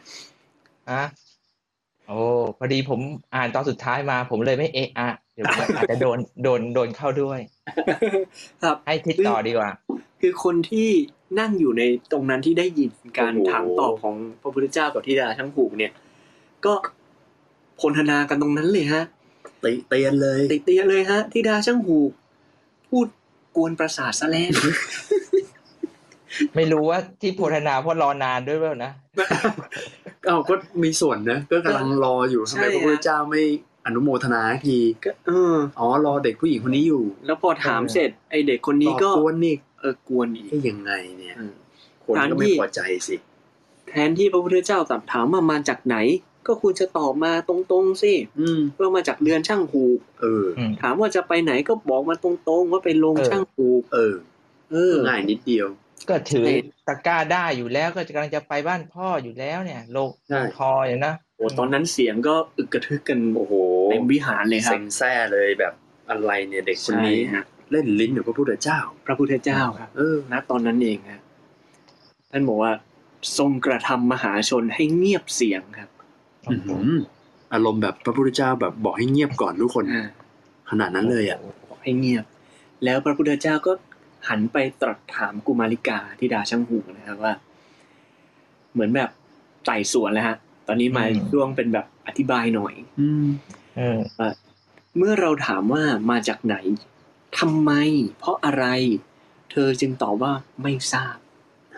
โอ้พอดีผมอ่านตอนสุดท้ายมาผมเลยไม่เดี๋ยวอาจจะโดนเข้าด้วยครับให้คิดต่อดีกว่าคือคนที่นั่งอยู่ในตรงนั้นที่ได้ยินการถามตอบของพระพุทธเจ้ากับธิดาช่างหูเนี่ยก็พรรณนากันตรงนั้นเลยฮะติเตียนเลยฮะธิดาช่างหูพูดกวนประสาทซะแล้วไม่รู้ว่าที่พรรณนาเพราะรอนานด้วยเปล่านะก็มีส่วนนะก็กำลังรออยู่ทำไมพระพุทธเจ้าไม่อนุโมทนาทีก็รอเด็กผู้หญิงคนนี้อยู่แล้วพอถามเสร็จไอเด็กคนนี้ก็กวนนี่กวนอีกยังไงเนี่ยคนก็ไม่พอใจสิแทนที่พระพุทธเจ้าถามว่ามาจากไหนก็ควรจะตอบมาตรงๆสิว่ามาจากเรือนช่างหูถามว่าจะไปไหนก็บอกมาตรงๆว่าไปโรงช่างหูง่ายนิดเดียวก็ถือตะกร้าได้อยู่แล้วก็กำลังจะไปบ้านพ่ออยู่แล้วเนี่ยโลกคออย่างนะโอ้ตอนนั้นเสียงก็อึกกระทึกกันโอ้โหเต็มวิหารเลยครับเซ็งแซ่เลยแบบอะไรเนี่ยเด็กคนนี้เล่นลิ้นกับพระพุทธเจ้าครับณตอนนั้นเองครับท่านบอกว่าทรงกระทำมหาชนให้เงียบเสียงครับอารมณ์แบบพระพุทธเจ้าแบบบอกให้เงียบก่อนทุกคนขนาดนั้นเลยบอกให้เงียบแล้วพระพุทธเจ้าก็หันไปตรัสถามกุมาริกาธิดาช่างหูนะครับว่าเหมือนแบบไต่สวนแล้วฮะตอนนี้มาช่วงเป็นแบบอธิบายหน่อยเมื่อเราถามว่ามาจากไหนทำไมเพราะอะไรเธอจึงตอบว่าไม่ทราบ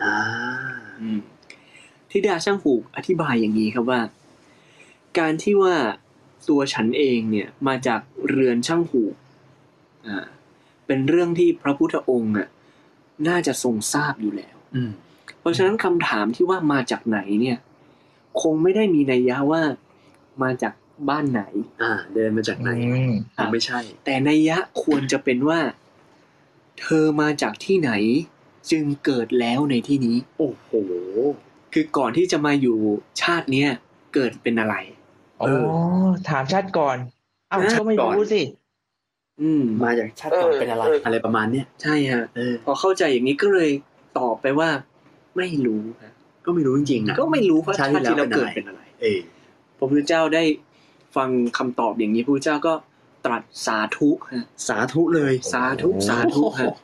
ธิดาช่างหูอธิบายอย่างนี้ครับว่าการที่ว่าตัวฉันเองเนี่ยมาจากเรือนช่างหูเป็นเรื่องที่พระพุทธองค์น่าจะทรงทราบอยู่แล้วเพราะฉะนั้นคำถามที่ว่ามาจากไหนเนี่ยคงไม่ได้มีนัยยะว่ามาจากบ้านไหนเดินมาจากไหนไม่ใช่แต่นัยยะควรจะเป็นว่าเธอมาจากที่ไหนจึงเกิดแล้วในที่นี้โอ้โหคือก่อนที่จะมาอยู่ชาติเนี้ยเกิดเป็นอะไรถามชาติก่อนก็ไม่รู้สิมาจากชาติก่อนเป็นอะไรประมาณเนี้ยใช่ฮะพอเข้าใจอย่างนี้ก็เลยตอบไปว่าไม่รู้ก็ไม่รู้จริงๆก็ไม่รู้ว่าชาติที่เราเกิดเป็นอะไรพระพุทธเจ้าได้ฟังคำตอบอย่างนี้พระพุทธเจ้าก็ตรัสสาธุฮะสาธุเลยสาธุฮะ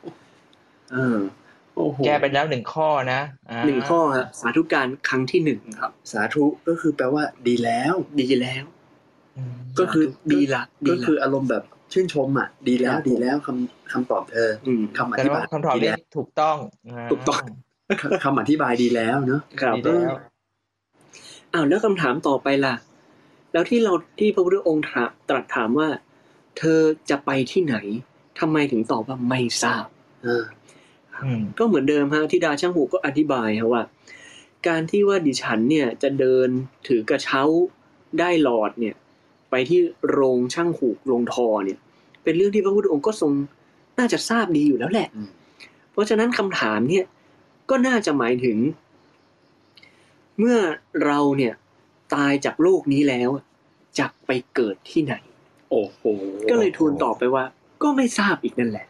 แก้ไปแล้ว1ข้อนะ 1ข้อฮะสาธุการครั้งที่1ครับสาธุก็คือแปลว่าดีแล้วก็คือดีละก็คืออารมณ์แบบชื่นชมดีแล้วคำตอบเธอคำอธิบายคำตอบนี้ถูกต้องคำอธิบายดีแล้วเนอะครับแล้วคำถามต่อไปล่ะแล้วที่พระพุทธองค์ตรัสถามว่าเธอจะไปที่ไหนทำไมถึงตอบว่าไม่ทราบก็เหมือนเดิมฮะธิดาช่างหูก็อธิบายครับว่าการที่ว่าดิฉันเนี่ยจะเดินถือกระเช้าได้หลอดเนี่ยไปที่โรงช่างหูโรงทอเนี่ยเป็นเรื่องที่พระพุทธองค์ก็ทรงน่าจะทราบดีอยู่แล้วแหละเพราะฉะนั้นคำถามเนี่ยก็น่าจะหมายถึงเมื่อเราเนี่ยตายจากโลกนี้แล้วจะไปเกิดที่ไหนโอ้โหก็เลยทูลตอบไปว่าก็ไม่ทราบอีกนั่นแหละ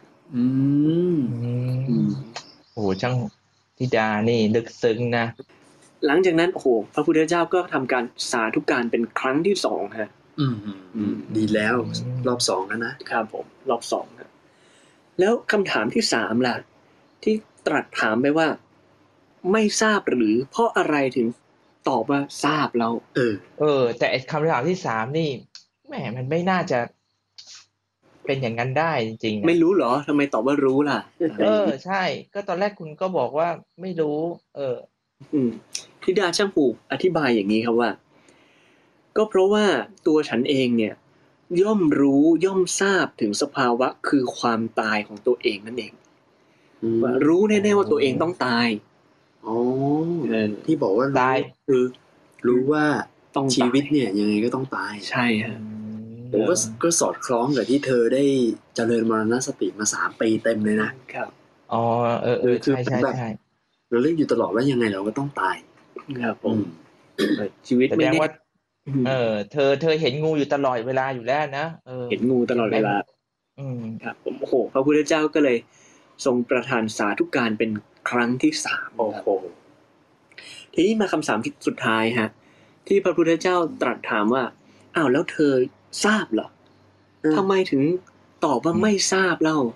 โอ้โหช่างธิดานี่ลึกซึ้งนะหลังจากนั้นโอ้โหพระพุทธเจ้าก็ทำการสาธุการเป็นครั้งที่2ฮะดีแล้วรอบ2แล้วนะครับผมรอบ2ครับแล้วคำถามที่3ล่ะที่ตรัสถามไปว่าไม่ทราบหรือเพราะอะไรถึงตอบว่าทราบแล้วแต่คำถามที่3นี่แหมมันไม่น่าจะเป็นอย่างนั้นได้จริงๆไม่รู้เหรอทำไมตอบว่ารู้ล่ะใช่ก็ตอนแรกคุณก็บอกว่าไม่รู้ธิดาช่างหูอธิบายอย่างนี้ครับว่าก็เพราะว่าตัวฉันเองเนี่ยย่อมรู้ย่อมทราบถึงสภาวะคือความตายของตัวเองนั่นเองว่ารู้แน่ๆว่าตัวเองต้องตายที่บอกว่าตายคือรู้ว่าต้องชีวิตเนี่ยยังไงก็ต้องตายใช่ฮะผมก็สอดคล้องกับที่เธอได้เจริญมรณสติมา3 ปีเต็มเลยนะครับใช่ใช่ใช่เราเล่นอยู่ตลอดว่ายังไงเราก็ต้องตายครับผมชีวิตไม่ได้ว่าเธอเห็นงูอยู่ตลอดเวลาอยู่แล้วนะเห็นงูตลอดเวลาครับผมโอ้โหพระพุทธเจ้าก็เลยทรงประทานสาธุการเป็นครั้งที่3โอ้โหทีนี้มาคำถามสุดท้ายฮะที่พระพุทธเจ้าตรัสถามว่าอ้าวแล้วเธอทราบเหรอทำไมถึงตอบว่าไม่ทราบเล่า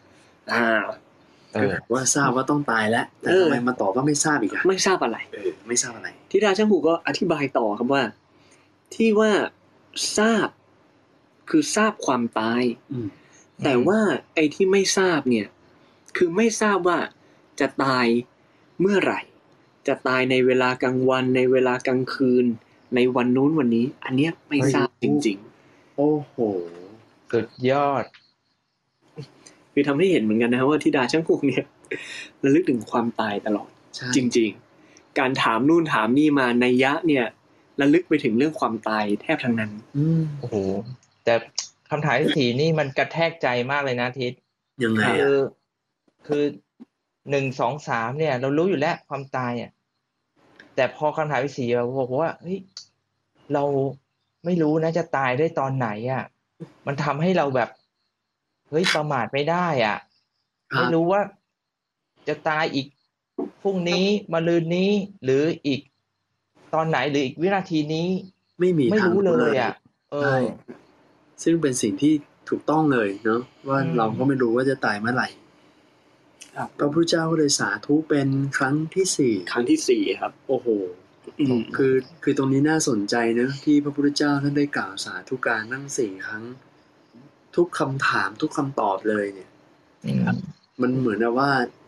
ว่าทราบว่าต้องตายแล้วแต่ทำไมมาตอบว่าไม่ทราบอีกไม่ทราบอะไรไม่ทราบอะไรธิดาช่างหูก็อธิบายต่อครับว่าที่ว่าทราบคือทราบความตายแต่ว่าไอ้ที่ไม่ทราบเนี่ยคือไม่ทราบว่าจะตายเมื่อไหร่จะตายในเวลากลางวันในเวลากลางคืนในวันนู้นวันนี้อันเนี้ยไม่ทราบจริงๆโอ้โหสุดยอดคือทำให้เห็นเหมือนกันนะว่าธิดาช่างหูเนี่ยระลึกถึงความตายตลอดจริงๆการถามนู่นถามนี่มานัยยะเนี่ยระลึกไปถึงเรื่องความตายแทบทั้งนั้นโอ้โหแต่คำถามที่4นี่มันกระแทกใจมากเลยนะทิศยังไงคือ1 2 3เนี่ยเรารู้อยู่แล้วความตายอ่ะแต่พอคำถามที่4เราบอกว่าเฮ้ยเราไม่รู้นะจะตายได้ตอนไหนอ่ะมันทำให้เราแบบเฮ้ยประมาทไม่ได้อ่ะไม่รู้ว่าจะตายอีกพรุ่งนี้มะรืนนี้หรืออีกตอนไหนหรืออีกวินาทีนี้ไม่รู้เลยอ่ะซึ่งเป็นสิ่งที่ถูกต้องเลยเนาะว่าเราก็ไม่รู้ว่าจะตายเมื่อไหร่พระพุทธเจ้าเลยสาธุเป็นครั้งที่4 ครั้งที่4ครับโอ้โหคือตรงนี้น่าสนใจนะที่พระพุทธเจ้าท่านได้กล่าวสาธุการทั้ง4 ครั้งทุกคำถามทุกคำตอบเลยเนี่ยมันเหมือนว่า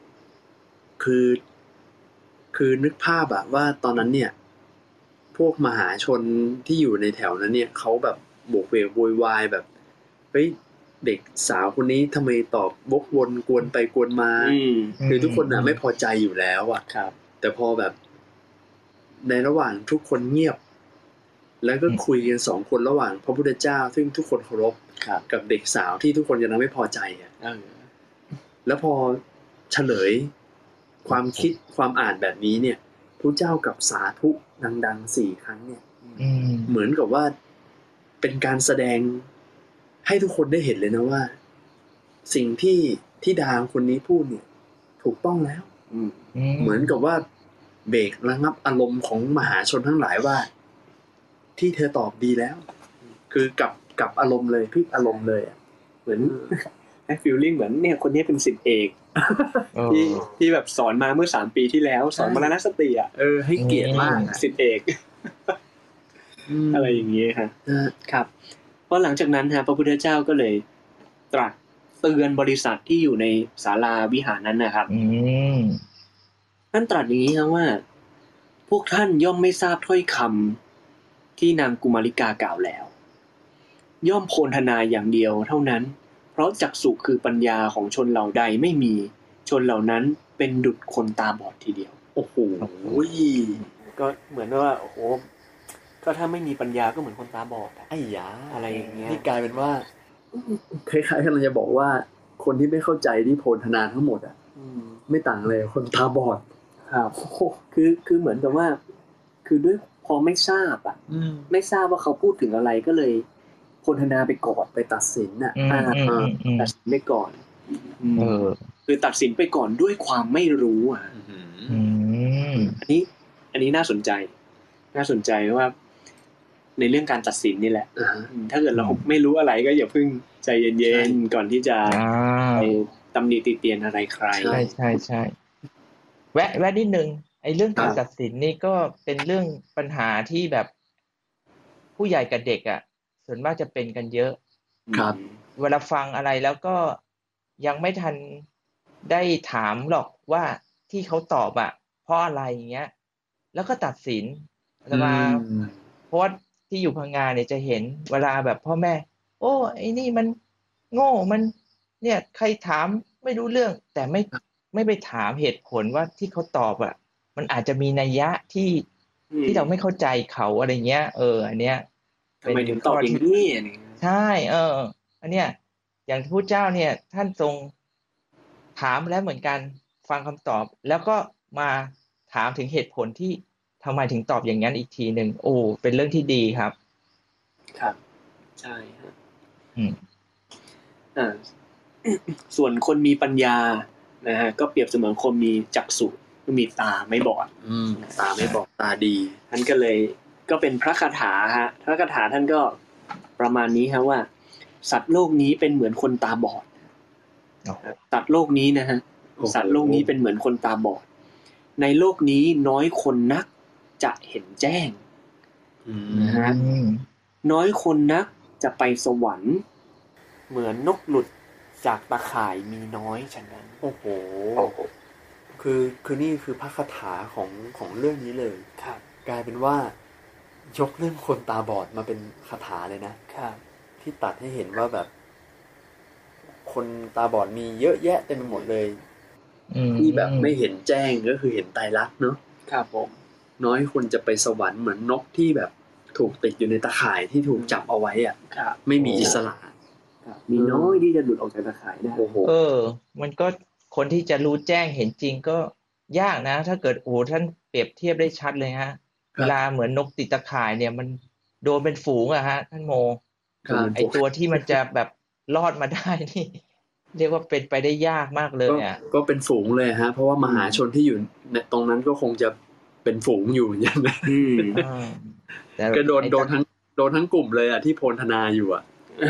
คือนึกภาพอะว่าตอนนั้นเนี่ยพวกมหาชนที่อยู่ในแถวนั้นเนี่ยเขาแบบโบกเวกโวยวายแบบเฮ้ยเด็กสาวคนนี้ทำไมตอบวกวนกวนไปกวนมาคือทุกคนน่ะไม่พอใจอยู่แล้วอะครับแต่พอแบบในระหว่างทุกคนเงียบแล้วก็คุยกัน2 คนระหว่างพระพุทธเจ้าซึ่งทุกคนเคารพกับเด็กสาวที่ทุกคนยังไม่พอใจอ่ะแล้วพอเฉลยความคิดความอ่านแบบนี้เนี่ยพระเจ้ากับสาธุดังๆ4 ครั้งเนี่ยเหมือนกับว่าเป็นการแสดงให้ทุกคนได้เห็นเลยนะว่าสิ่งที่ดาคนนี้พูดเนี่ยถูกต้องแล้วเหมือนกับว่าเบรกระงับอารมณ์ของมหาชนทั้งหลายว่าที่เธอตอบดีแล้วคือกับอารมณ์เลยพลิกอารมณ์เลยเหมือนให้ฟีลลิ่งเหมือนเนี่ยคนนี้เป็นศิษย์เอกที่แบบสอนมาเมื่อ3 ปีที่แล้วสอนมรณสติอ่ะให้เกียรติมากศิษย์เอกอะไรอย่างนี้ครับพอหลังจากนั้นฮะพระพุทธเจ้าก็เลยตรัสเตือนบริษัทที่อยู่ในศาลาวิหารนั้นนะครับท่านตรัสอย่างนี้ครับว่าพวกท่านย่อมไม่ทราบถ้อยคำที่นางกุมาริกากล่าวแล้วย่อมโพลธนาอย่างเดียวเท่านั้นเพราะจักษุคือปัญญาของชนเหล่าใดไม่มีชนเหล่านั้นเป็นดุจคนตาบอดทีเดียวโอ้โหก็เหมือนว่าโอ้โหก็ถ้าไม่มีปัญญาก็เหมือนคนตาบอดไอ้ยาอะไรอย่างเงี้ยนี่กลายเป็นว่าคล้ายๆกันเราจะบอกว่าคนที่ไม่เข้าใจที่โพลธนาทั้งหมดอ่ะไม่ต่างเลยคนตาบอดครับคือเหมือนกับว่าคือด้วยพอไม่ทราบไม่ทราบว่าเขาพูดถึงอะไรก็เลยโพลธนาไปก่อนไปตัดสินน่ะตัดสินไปก่อนคือตัดสินไปก่อนด้วยความไม่รู้อันนี้น่าสนใจว่าในเรื่องการตัดสินนี่แหละถ้าเกิดเราไม่รู้อะไรก็อย่าเพิ่งใจเย็นๆก่อนที่จะไปตำหนิติเตียนอะไรใครใช่แวะนิดนึงไอ้เรื่องการตัดสินนี่ก็เป็นเรื่องปัญหาที่แบบผู้ใหญ่กับเด็กอ่ะส่วนมากจะเป็นกันเยอะครับเวลาฟังอะไรแล้วก็ยังไม่ทันได้ถามหรอกว่าที่เขาตอบอ่ะเพราะอะไรอย่างเงี้ยแล้วก็ตัดสินแล้วมาโพสต์ที่อยู่พังงาเนี่ยจะเห็นเวลาแบบพ่อแม่โอ้ไอ้นี่มันโง่มันเนี่ยใครถามไม่รู้เรื่องแต่ไม่ไปถามเหตุผลว่าที่เขาตอบอ่ะมันอาจจะมีนัยยะที่เราไม่เข้าใจเขาอะไรเงี้ยอันเนี้ยทำไมถึงตอบอย่างนี้ใช่อันเนี้ยอย่างพระเจ้าเนี่ยท่านทรงถามแล้วเหมือนกันฟังคำตอบแล้วก็มาถามถึงเหตุผลที่ทำไมถึงตอบอย่างนั้นอีกทีหนึ่งโอ้เป็นเรื่องที่ดีครับครับใช่ครับส่วนคนมีปัญญานะฮะก็เปรียบเสมือนคนมีจักษุมีตาไม่บอดตาไม่บอดตาดีท่านก็เลยก็เป็นพระคาถาฮะพระคาถาท่านก็ประมาณนี้ครับว่าสัตว์โลกนี้เป็นเหมือนคนตาบอดสัตว์โลกนี้นะฮะสัตว์โลกนี้เป็นเหมือนคนตาบอดในโลกนี้น้อยคนนักจะเห็นแจ้งนะฮะน้อยคนนักจะไปสวรรค์เหมือนนกหลุดจากตาข่ายมีน้อยฉะนั้นโอ้โหคือนี่คือพระคาถาของเรื่องนี้เลยครับกลายเป็นว่ายกเรื่องคนตาบอดมาเป็นคาถาเลยนะครับที่ตัดให้เห็นว่าแบบคนตาบอดมีเยอะแยะเต็มไปหมดเลยที่แบบไม่เห็นแจ้งก็คือเห็นไตรลักษณ์เนาะครับผมน้อยคนจะไปสวรรค์เหมือนนกที่แบบถูกติดอยู่ในตาข่ายที่ถูกจับเอาไว้อ่ะไม่มีอิสระมีน้อยที่จะหลุดออกจากตาข่ายได้โอ้โหมันก็คนที่จะรู้แจ้งเห็นจริงก็ยากนะถ้าเกิดท่านเปรียบเทียบได้ชัดเลยฮะเวลาเหมือนนกติดตาข่ายเนี่ยมันโดนเป็นฝูงอะฮะท่านโมไอตัวที่มันจะแบบรอดมาได้นี่เรียกว่าเป็นไปได้ยากมากเลยอ่ะก็เป็นฝูงเลยฮะเพราะว่ามหาชนที่อยู่ตรงนั้นก็คงจะเป็นฝูงอยู่อย่างนั้นก็โดนทั้งกลุ่มเลยอ่ะที่โพลธนาอยู่อ่ะ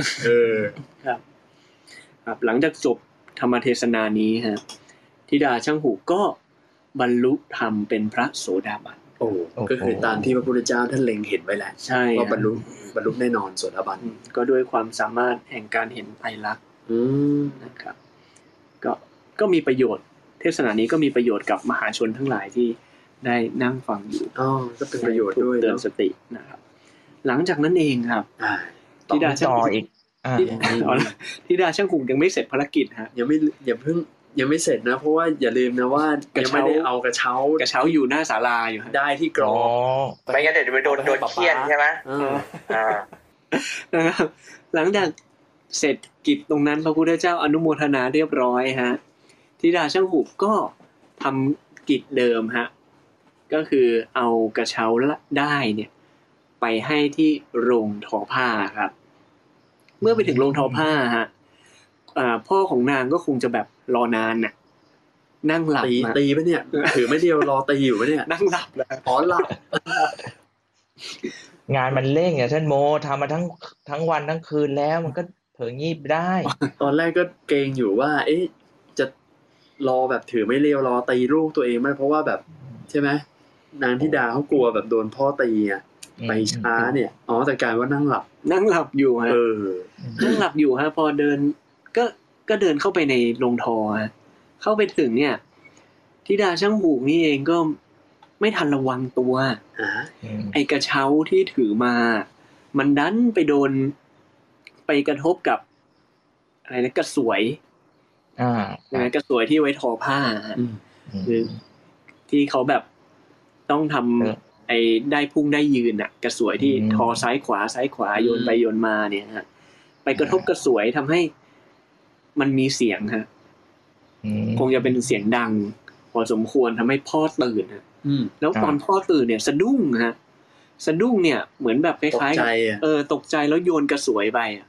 ครับหลังจากจบธรรมเทศนานี้ฮะธิดาช่างหูก็บรรลุธรรมเป็นพระโสดาบันก็คือตามที่พระพุทธเจ้าท่านเล็งเห็นไว้แหละใช่ว่าบรรลุแน่นอนโสดาบันก็ด้วยความสามารถแห่งการเห็นไตรลักษณ์นะครับก็มีประโยชน์เทศนานี้ก็มีประโยชน์กับมหาชนทั้งหลายที่ได้นั่งฟังอยู่ก็เป็นประโยชน์ด้วยเตือนสตินะครับหลังจากนั้นเองครับธิดาช่างอีกธิดาช่างหูยังไม่เสร็จภารกิจฮะยังไม่เสร็จนะเพราะว่าอย่าลืมนะว่ายังไม่ได้เอากระเช้าอยู่หน้าศาลาอยู่ได้ที่กรอบไม่งั้นเดี๋ยวไปโดนเคี่ยนใช่ไหมนะครับหลังจากเสร็จกิจตรงนั้นพระพุทธเจ้าอนุโมทนาเรียบร้อยฮะธิดาช่างหูก็ทำกิจเดิมฮะก็คือเอากระเช้าได้เนี่ยไปให้ที่โรงทอผ้าครับเมื่อไปถึงโรงทอผ้าฮะพ่อของนางก็คงจะแบบรอนานน่ะนั่งหลับตีป่ะเนี่ยถือไม่เดียวรอตีอยู่ป่ะเนี่ยนั่งหลับแล้วหลับงานมันเร่งท่านโมทำมาทั้งวันทั้งคืนแล้วมันก็เผลองีบได้ตอนแรกก็เกรงอยู่ว่าจะรอแบบถือไม่เรียวรอตีลูกตัวเองไหมเพราะว่าแบบใช่ไหมนางธิดาเขากลัวแบบโดนพ่อตีอ่ะไปช้าเนี่ยแต่กลายว่านั่งหลับอยู่ฮะนั่งหลับอยู่ฮะพอเดินก็เดินเข้าไปในโรงทอฮะเข้าไปถึงเนี่ยธิดาช่างหูนี่เองก็ไม่ทันระวังตัวไอ้กระเช้าที่ถือมามันดันไปกระทบกับอะไรนะกระสวยใช่ไหมกระสวยที่ไว้ทอผ้าคือที่เขาแบบต้องทำไอ้ได้พุ่งได้ยืนอ่ะกระสวยที่ทอซ้ายขวาโยนไปโยนมาเนี่ยฮะไปกระทบกระสวยทำให้มันมีเสียงฮะคงจะเป็นเสียงดังพอสมควรทำให้พ่อตื่นฮะแล้วตอนพ่อตื่นเนี่ยสะดุ้งฮะสะดุ้งเนี่ยเหมือนแบบคล้ายๆตกใจแล้วโยนกระสวยไปอ่ะ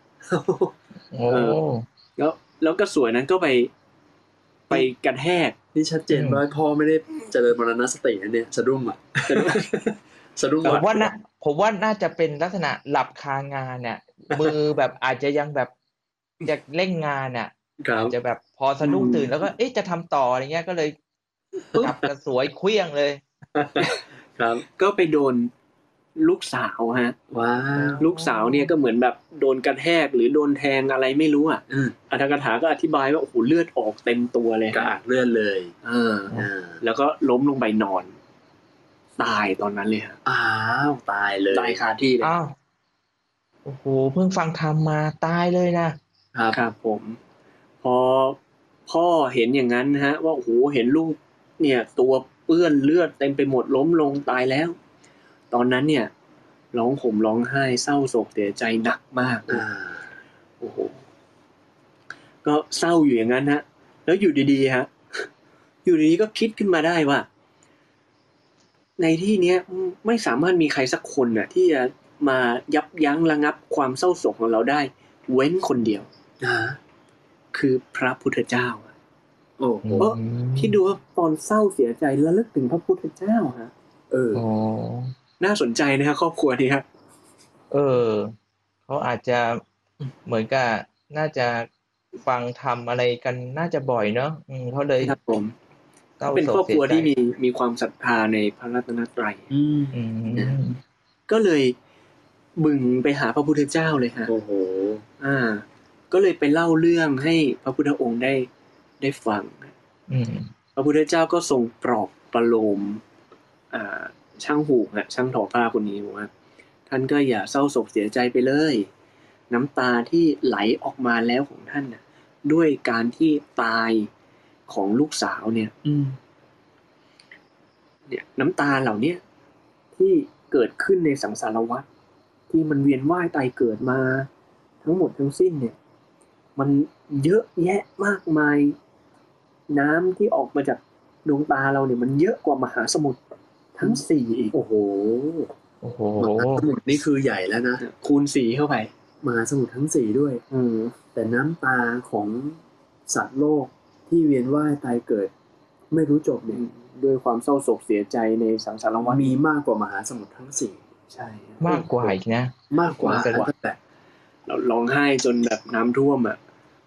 แล้วกระสวยนั้นก็ไปกระแทกนี่ชัดเจนว่าพ่อไม่ได้เจริญมรณสตินะเนี่ยสะดุ้งอ่ะสะดุ้งผมว่าน่าจะเป็นลักษณะหลับคางานเนี่ยมือแบบอาจจะยังแบบจะเร่งงานอ่ะจะแบบพอสะดุ้งตื่นแล้วก็จะทำต่ออะไรเงี้ยก็เลยจับกระสวยเคลี้ยงเลยครับก็ไปโดนลูกสาวฮะว้าวลูกสาวเนี่ยก็เหมือนแบบโดนกระแทกหรือโดนแทงอะไรไม่รู้อ่ะอัตถกถาก็อธิบายว่าโอ้โหเลือดออกเต็มตัวเลยกระอักเลือดเลยแล้วก็ล้มลงไปนอนตายตอนนั้นเลยฮะอ้าวตายเลยตายคาที่เลยอ้าวโอ้โหเพิ่งฟังธรรมมาตายเลยนะครับผมพอพ่อเห็นอย่างนั้นฮะว่าโอ้โหเห็นลูกเนี่ยตัวเปื้อนเลือดเต็มไปหมดล้มลงตายแล้วตอนนั้นเนี่ยร้องห่มร้องไห้เศร้าโศกเสียใจหนักมากโอ้โหก็เศร้าอยู่อย่างนั้นฮะแล้วอยู่ดีๆฮะอยู่ดีๆก็คิดขึ้นมาได้ว่าในที่นี้ไม่สามารถมีใครสักคนน่ะที่จะมายับยั้งระงับความเศร้าโศกของเราได้เว้นคนเดียวคือพระพุทธเจ้าโอ้โหคิดดูว่าตอนเศร้าเสียใจระลึกถึงพระพุทธเจ้าฮะน่าสนใจนะฮะครอบครัวนี้ครับเขาอาจจะเหมือนกับน่าจะฟังธรรมอะไรกันน่าจะบ่อยเนาะเขาเลยครับผมเป็นครอบครัวที่มีความศรัทธาในพระรัตนตรัยก็เลยบึ่งไปหาพระพุทธเจ้าเลยฮะโอ้โหก็เลยไปเล่าเรื่องให้พระพุทธองค์ได้ฟังพระพุทธเจ้าก็ทรงปลอบประโลมช่างหูกช่างทอผ้าคนนี้บอกว่าท่านก็อย่าเศร้าโศกเสียใจไปเลยน้ำตาที่ไหลออกมาแล้วของท่านน่ะด้วยการที่ตายของลูกสาวเนี่ยน้ำตาเหล่านี้ที่เกิดขึ้นในสังสารวัฏที่มันเวียนว่ายตายเกิดมาทั้งหมดทั้งสิ้นเนี่ยมันเยอะแยะมากมายน้ำที่ออกมาจากดวงตาเราเนี่ยมันเยอะกว่ามหาสมุทรทั้ง4อีกโอ้โหมหาสมุทรนี่คือใหญ่แล้วนะคูณ4เข้าไปมหาสมุทรทั้ง4ด้วยแต่น้ำตาของสัตว์โลกที่เวียนว่ายตายเกิดไม่รู้จบเนี่ยด้วยความเศร้าโศกเสียใจในสังสารวัฏมีมากกว่ามหาสมุทรทั้ง4 ใช่มากกว่าอีกนะมากกว่าแต่เราร้องไห้จนแบบน้ำท่วมอ่ะ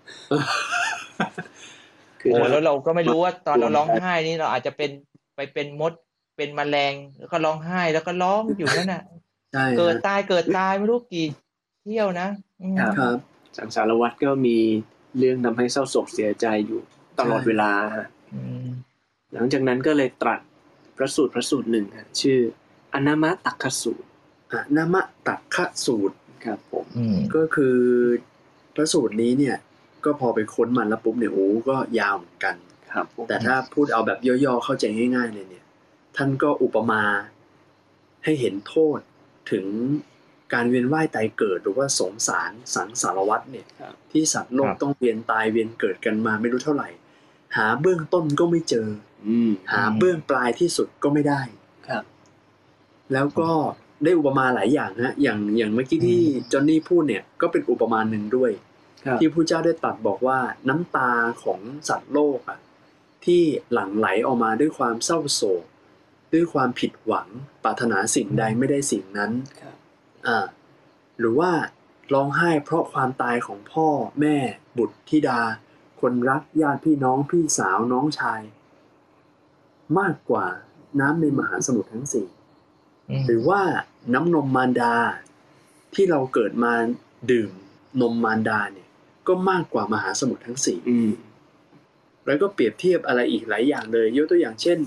คือแล้วเราก็ไม่รู้ว่าตอนเราร้องไห้นี่เราอาจจะเป็นมดเป็นแมลงแล้วก็ร้องไห้แล้วก็ร้องอยู่นั่นน่ะเกิดตายไม่รู้กี่เที่ยวนะครับสังสารวัฏก็มีเรื่องทำให้เศร้าโศกเสียใจอยู่ตลอดเวลาหลังจากนั้นก็เลยตรัสพระสูตรหนึ่งชื่ออนามตักขสูตรอนามตักขสูตรครับผมก็คือพระสูตรนี้เนี่ยก็พอไปค้นมันแล้วปุ๊บเนี่ยโอ้ก็ยาวเหมือนกันครับแต่ถ้าพูดเอาแบบย่อๆเข้าใจง่ายๆเลยเนี่ยท่านก็อุปมาให้เห็นโทษถึงการเวียนว่ายตายเกิดหรือว่าสงสารสังสารวัฏเนี่ยที่สัตว์โลกต้องเวียนตายเวียนเกิดกันมาไม่รู้เท่าไหร่หาเบื้องต้นก็ไม่เจอหาเบื้องปลายที่สุดก็ไม่ได้ครับแล้วก็ได้อุปมาหลายอย่างนะอย่างเมื่อกี้ที่จอห์นนี่พูดเนี่ยก็เป็นอุปมาหนึ่งด้วยที่พระเจ้าได้ตรัสบอกว่าน้ำตาของสัตว์โลกที่หลั่งไหลออกมาด้วยความเศร้าโศกด้วยความผิดหวังปรารถนาสิ่งใดไม่ได้สิ่งนั้นหรือว่าร้องไห้เพราะความตายของพ่อแม่บุตรธิดาคนรักญาติพี่น้องพี่สาวน้องชายมากกว่าน้ำในมหาสมุทรทั้ง4หรือว่าน้ำนมมารดาที่เราเกิดมาดื่มนมมารดาเนี่ยก็มากกว่ามหาสมุทรทั้ง4แล้วก็เปรียบเทียบอะไรอีกหลายอย่างเลยยกตัวอย่างเช่น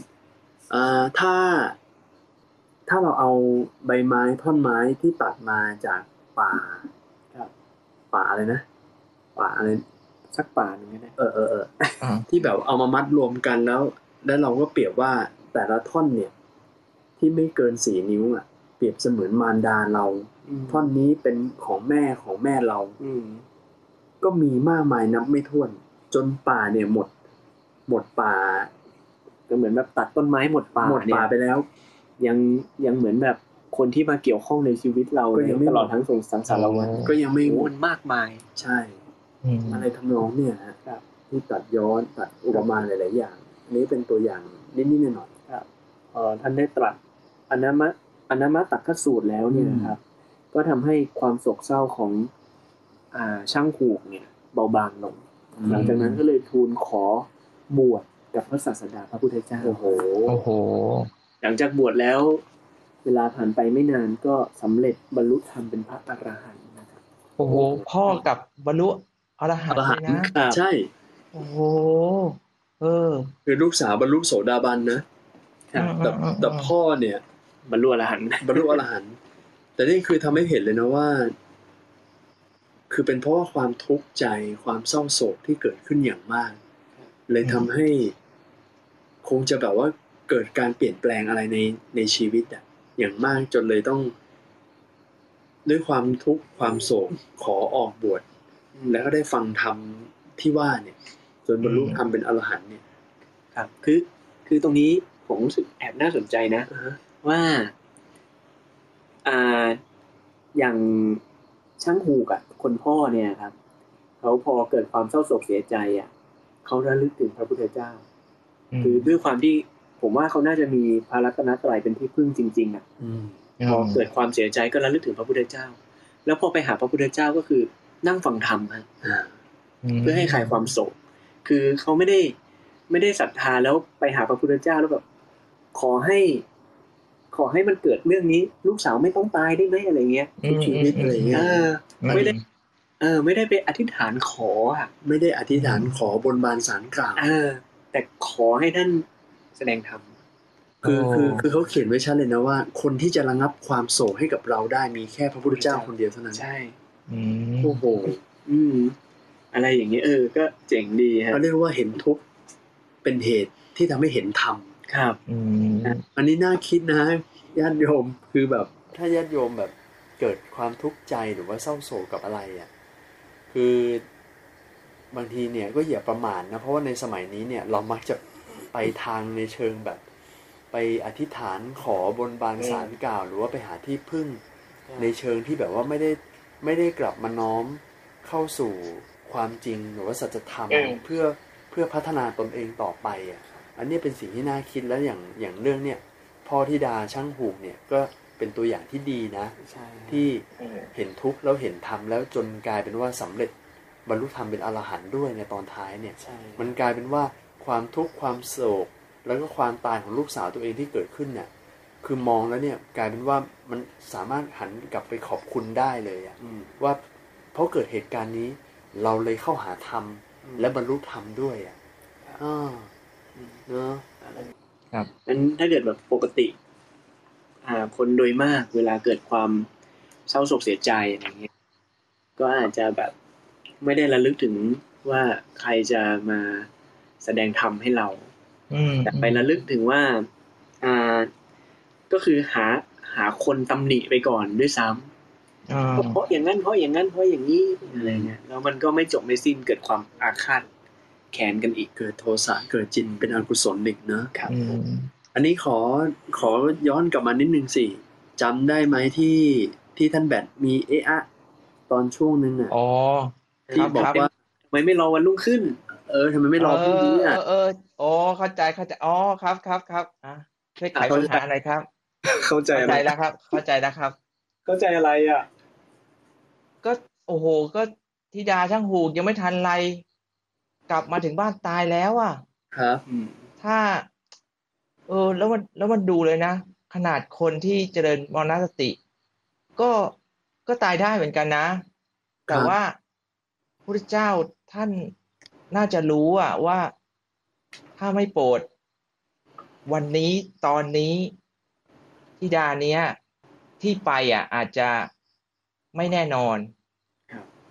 ถ้าเราเอาใบไม้ท่อนไม้ที่ตัดมาจากป่าอะไรนะป่าอะไรสักป่าหนึ่งก็ได้ที่แบบเอามามัดรวมกันแล้วเราก็เปรียบว่าแต่ละท่อนเนี่ยที่ไม่เกิน4 นิ้วอ่ะเปรียบเสมือนมารดาเราท่อนนี้เป็นของแม่เราก็มีมากมายนับไม่ถ้วนจนป่าเนี่ยหมดป่าก็เหมือนแบบตัดต้นไม้หมดป่าไปแล้วยังเหมือนแบบคนที่มาเกี่ยวข้องในชีวิตเราตลอดทั้งสังสารวัฏก็ยังไม่วนมากมายใช่อะไรทำนองเนี่ยครับที่ตัดย้อนตัดอุปมาหลายๆอย่างอันนี้เป็นตัวอย่างนิดๆหน่อยๆครับท่านได้ตรัสอนามตักขสูตรแล้วเนี่ยนะครับก็ทำให้ความโศกเศร้าของช่างหูกเนี่ยเบาบางลงหลังจากนั้นก็เลยทูลขอบวชกับพระศาสดาพระพุทธเจ้าโอ้โหหลังจากบวชแล้วเวลาผ่านไปไม่นานก็สำเร็จบรรลุธรรมเป็นพระอรหันต์นะครับโอ้โหพ่อกับบรรลุอรหันต์เลยนะใช่โอ้โหคือลูกสาวบรรลุโสดาบันนะแต่พ่อเนี่ยบรรลุอรหันต์แต่นี่คือทำให้เห็นเลยนะว่าคือเป็นเพราะว่าความทุกข์ใจความเศร้าโศกที่เกิดขึ้นอย่างมากเลยทำให้คงจะแบบว่าเกิดการเปลี่ยนแปลงอะไรในชีวิตอย่างมากจนเลยต้องด้วยความทุกข์ความโศกขอออกบวชแล้วก็ได้ฟังธรรมที่ว่าเนี่ยจนบรรลุธรรมเป็นอรหันต์เนี่ยครับคือตรงนี้ผมรู้สึกแอบน่าสนใจนะว่าอย่างช่างหูกคนพ่อเนี่ยครับเขาพอเกิดความเศร้าโศกเสียใจเขาระลึกถึงพระพุทธเจ้าคือด้วยความที่ผมว่าเขาน่าจะมีพระรัตนตรัยเป็นที่พึ่งจริงๆพอเกิดความเสียใจก็ระลึกถึงพระพุทธเจ้าแล้วพอไปหาพระพุทธเจ้าก็คือนั่งฟังธรรมเพื่อให้คลายความโศกคือเขาไม่ได้ศรัทธาแล้วไปหาพระพุทธเจ้าแล้วแบบขอให้มันเกิดเรื่องนี้ลูกสาวไม่ต้องตายได้ไหมอะไรเงี้ยชีวิตอะไรเงี้ยไม่ได้ไปอธิษฐานขอไม่ได้อธิษฐานขอบนบานศาลกล่าวแต่ขอให้ท่านแสดงธรรมคือเขาเขียนไว้ชัดเลยนะว่าคนที่จะระงับความโศกให้กับเราได้มีแค่พระพุทธเจ้าคนเดียวเท่านั้นใช่โอ้โหอะไรอย่างนี้ก็เจ๋งดีฮะเขาเรียกว่าเห็นทุกข์เป็นเหตุที่ทำให้เห็นธรรมครับอันนี้น่าคิดนะญาติโยมคือแบบถ้าญาติโยมแบบเกิดความทุกข์ใจหรือว่าเศร้าโศกกับอะไรคือบางทีเนี่ยก็อย่าประมาทนะเพราะว่าในสมัยนี้เนี่ยเรามักจะไปทางในเชิงแบบไปอธิษฐานขอบนบานศาลกล่าวหรือว่าไปหาที่พึ่งในเชิงที่แบบว่าไม่ได้กลับมาน้อมเข้าสู่ความจริงหรือว่าสัจธรรมเพื่อพัฒนาตนเองต่อไปอันนี้เป็นสิ่งที่น่าคิดแล้วอย่างเรื่องเนี่ยพ่อธิดาช่างหูกเนี่ยก็เป็นตัวอย่างที่ดีนะที่เห็นทุกข์แล้วเห็นธรรมแล้วจนกลายเป็นว่าสำเร็จบรรลุธรรมเป็นอรหันต์ด้วยในตอนท้ายเนี่ยมันกลายเป็นว่าความทุกข์ความโศกแล้วก็ความตายของลูกสาวตัวเองที่เกิดขึ้นเนี่ยคือมองแล้วเนี่ยกลายเป็นว่ามันสามารถหันกลับไปขอบคุณได้เลยว่าเพราะเกิดเหตุการณ์นี้เราเลยเข้าหาธรรมและบรรลุธรรมด้วยเนาะครับนั้นถ้าเกิดแบบปกติคนโดยมากเวลาเกิดความเศร้าโศกเสียใจอะไรเงี้ยก็อาจจะแบบไม่ได้ระลึกถึงว่าใครจะมาแสดงธรรมให้เราแต่ไประลึกถึงว่าก็คือหาคนตำหนิไปก่อนด้วยซ้ำเพราะอย่างนั้นเพราะอย่างนั้นเพราะอย่างนี้อะไรเงี้ยแล้วมันก็ไม่จบไม่สิ้นเกิดความอาฆาตแค้นกันอีกเกิดโทสะเกิดจิตเป็นอกุศลอีกนะครับอันนี้ขอย้อนกลับมานิดนึงสิจำได้ไหมที่ท่านแบทมีตอนช่วงนึงที่บอกว่าทำไมไม่รอวันรุ่งขึ้นทำไมไม่รอพรุ่งนี้เข้าใจครับช่วยไขปัญหาหน่อยครับเข้าใจแล้วครับเข้าใจแล้วครับเข้าใจอะไรก็โอ้โหก็ธิดาช่างหูกยังไม่ทันไรกลับมาถึงบ้านตายแล้วครับถ้าแล้วมันดูเลยนะขนาดคนที่เจริญมรณสติก็ตายได้เหมือนกันนะแต่ว่าพระพุทธเจ้าท่านน่าจะรู้ว่าถ้าไม่โปรดวันนี้ตอนนี้ธิดาเนี้ยที่ไปอาจจะไม่แน่นอน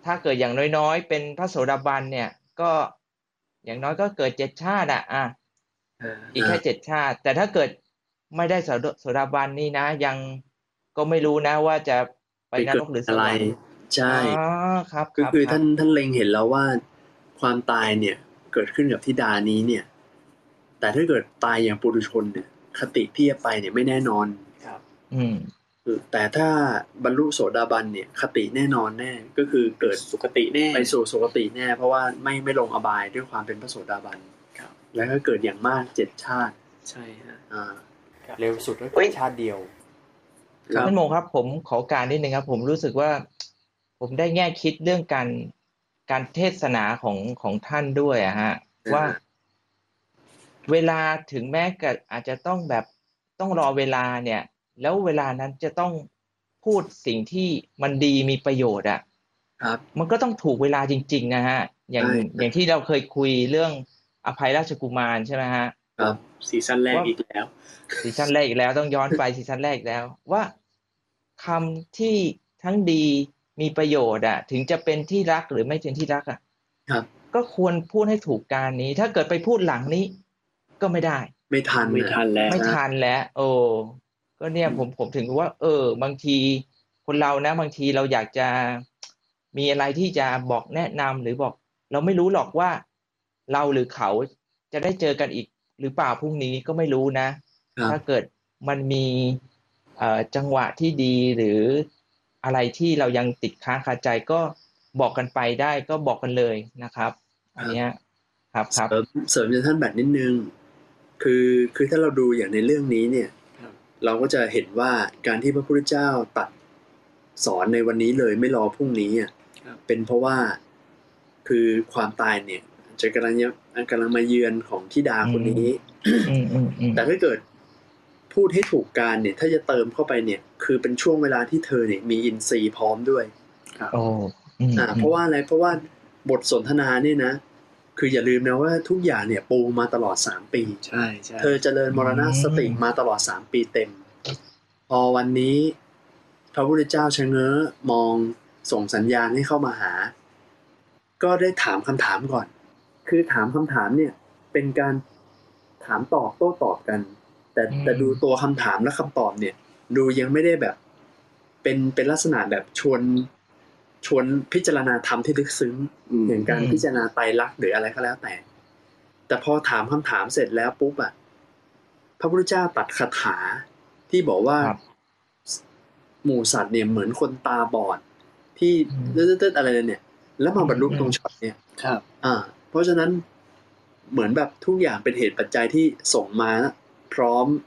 ถ้าเกิดอย่างน้อยๆเป็นพระโสดาบันเนี่ยก็อย่างน้อยก็เกิด7 ชาติอีกแค่7 ชาติแต่ถ้าเกิดไม่ได้โสดาบันนี่นะยังก็ไม่รู้นะว่าจะไปนรกหรือสวรรค์ใช่ครับคือท่านเล็งเห็นแล้วว่าความตายเนี่ยเกิดขึ้นกับธิดานี้เนี่ยแต่ถ้าเกิดตายอย่างปุถุชนเนี่ยคติที่จะไปเนี่ยไม่แน่นอนครับแต่ถ้าบรรลุโสดาบันเนี่ยคติแน่นอนแน่ก็คือเกิดสุคติแน่ไปสู่สุคติแน่เพราะว่าไม่ลงอบายด้วยความเป็นพระโสดาบันครับแล้วก็เกิดอย่างมาก7 ชาติใช่ฮะเร็วสุดก็ชาติเดียวท่านโมครับผมขอการนิดนึงครับผมรู้สึกว่าผมได้แง่คิดเรื่องการเทศนาของท่านด้วยว่าเวลาถึงแม้ก็อาจจะต้องแบบต้องรอเวลาเนี่ยแล้วเวลานั้นจะต้องพูดสิ่งที่มันดีมีประโยชน์ครับมันก็ต้องถูกเวลาจริงๆนะฮะอย่างที่เราเคยคุยเรื่องอภัยราชกุมารใช่ไหมฮะครับซีซั่นแรกอีกแล้วต้องย้อนไปซีซั่นแรกแล้วว่าคำที่ทั้งดีมีประโยชน์ถึงจะเป็นที่รักหรือไม่เป็นที่รักครับก็ควรพูดให้ถูกการนี้ถ้าเกิดไปพูดหลังนี้ก็ไม่ได้ไม่ทันแล้วก็เนี่ยผมถึงว่าบางทีคนเรานะบางทีเราอยากจะมีอะไรที่จะบอกแนะนำหรือบอกเราไม่รู้หรอกว่าเราหรือเขาจะได้เจอกันอีกหรือเปล่าพรุ่งนี้ก็ไม่รู้นะถ้าเกิดมันมีจังหวะที่ดีหรืออะไรที่เรายังติดค้างคาใจก็บอกกันไปได้ก็บอกกันเลยนะครับอันนี้ครับเสริมจากท่านแบบนิดนึงคือถ้าเราดูอย่างในเรื่องนี้เนี่ยเราก็จะเห็นว่าการที่พระพุทธเจ้าตัดสอนในวันนี้เลยไม่รอพรุ่งนี้เป็นเพราะว่าคือความตายเนี่ยจะกำลังมาเยือนของธิดาคนนี้แต่ถ้าเกิดพูดให้ถูกการเนี่ยถ้าจะเติมเข้าไปเนี่ยคือเป็นช่วงเวลาที่เธอเนี่ยมีอินทรีย์พร้อมด้วยเพราะว่าอะไรเพราะว่าบทสนทนาเนี่ยนะคืออย่าลืมนะว่าทุกอย่างเนี่ยปูมาตลอด3 ปีใช่เธอเจริญมรณสติมาตลอด3 ปีเต็มพอวันนี้พระพุทธเจ้าชะเง้อมองส่งสัญญาณให้เข้ามาหาก็ได้ถามคำถามก่อนคือถามคำถามเนี่ยเป็นการถามตอบโต้ตอบกันแต่ดูตัวคำถามและคำตอบเนี่ยดูยังไม่ได้แบบเป็นลักษณะแบบชวนพิจารณาธรรมที่ลึกซึ้งอย่างการพิจารณาไตรลักษณ์หรืออะไรก็แล้วแต่พอถามคำถามเสร็จแล้วปุ๊บพระพุทธเจ้าตัดคาถาที่บอกว่าหมู่สัตว์เนี่ยเหมือนคนตาบอดที่เต้นอะไรเนี่ยแล้วมาบรรลุตรงช็อตเนี่ยครับเพราะฉะนั้นเหมือนแบบทุกอย่างเป็นเหตุปัจจัยที่ส่งมาพร้อม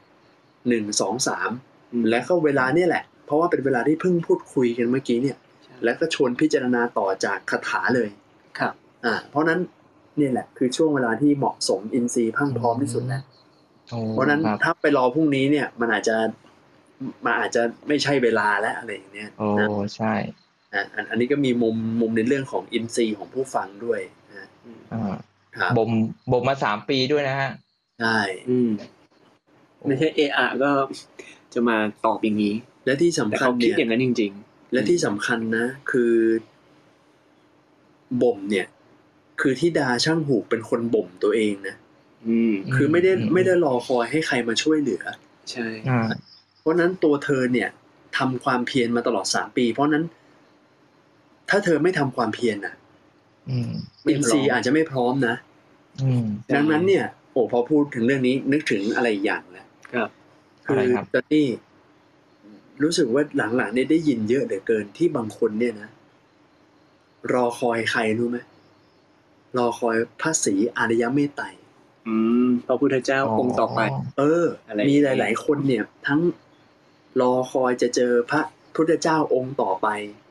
1 2 3และก็เวลาเนี่ยแหละเพราะว่าเป็นเวลาที่เพิ่งพูดคุยกันเมื่อกี้เนี่ยแล้วก็ชวนพิจารณาต่อจากคาถาเลยครับเพราะนั้นนี่แหละคือช่วงเวลาที่เหมาะสมอินทรีย์พังพร้อมที่สุดแล้วเพราะนั้นถ้าไปรอพรุ่งนี้เนี่ยมันอาจจะไม่ใช่เวลาแล้วอะไรอย่างเนี้ยใช่อันนี้ก็มีมุมในเรื่องของอินทรีย์ของผู้ฟังด้วยบ่มมา3 ปีด้วยนะฮะใช่ไม่ใช่ก็จะมาตอบอย่างนี้และที่สำคัญเนี่ยคิดอย่างนั้นจริงๆและที่สำคัญนะคือบ่มเนี่ยคือธิดาช่างหูกเป็นคนบ่มตัวเองนะคือไม่ได้รอคอยให้ใครมาช่วยเหลือใช่เพราะนั้นตัวเธอเนี่ยทำความเพียรมาตลอด3 ปีเพราะนั้นถ้าเธอไม่ทำความเพียรอินทรีย์อาจจะไม่พร้อมนะดังนั้นเนี่ยพอพูดถึงเรื่องนี้นึกถึงอะไรอย่างแล้วคือตอนนี้รู้สึกว่าหลังๆเนี่ยได้ยินเยอะเหลือเกินที่บางคนเนี่ยนะรอคอยใครรู้ไหมรอคอยพระศรีอริยเมตไตรพระพุทธเจ้าองค์ต่อไปมีหลายๆคนเนี่ยทั้งรอคอยจะเจอพระพุทธเจ้าองค์ต่อไป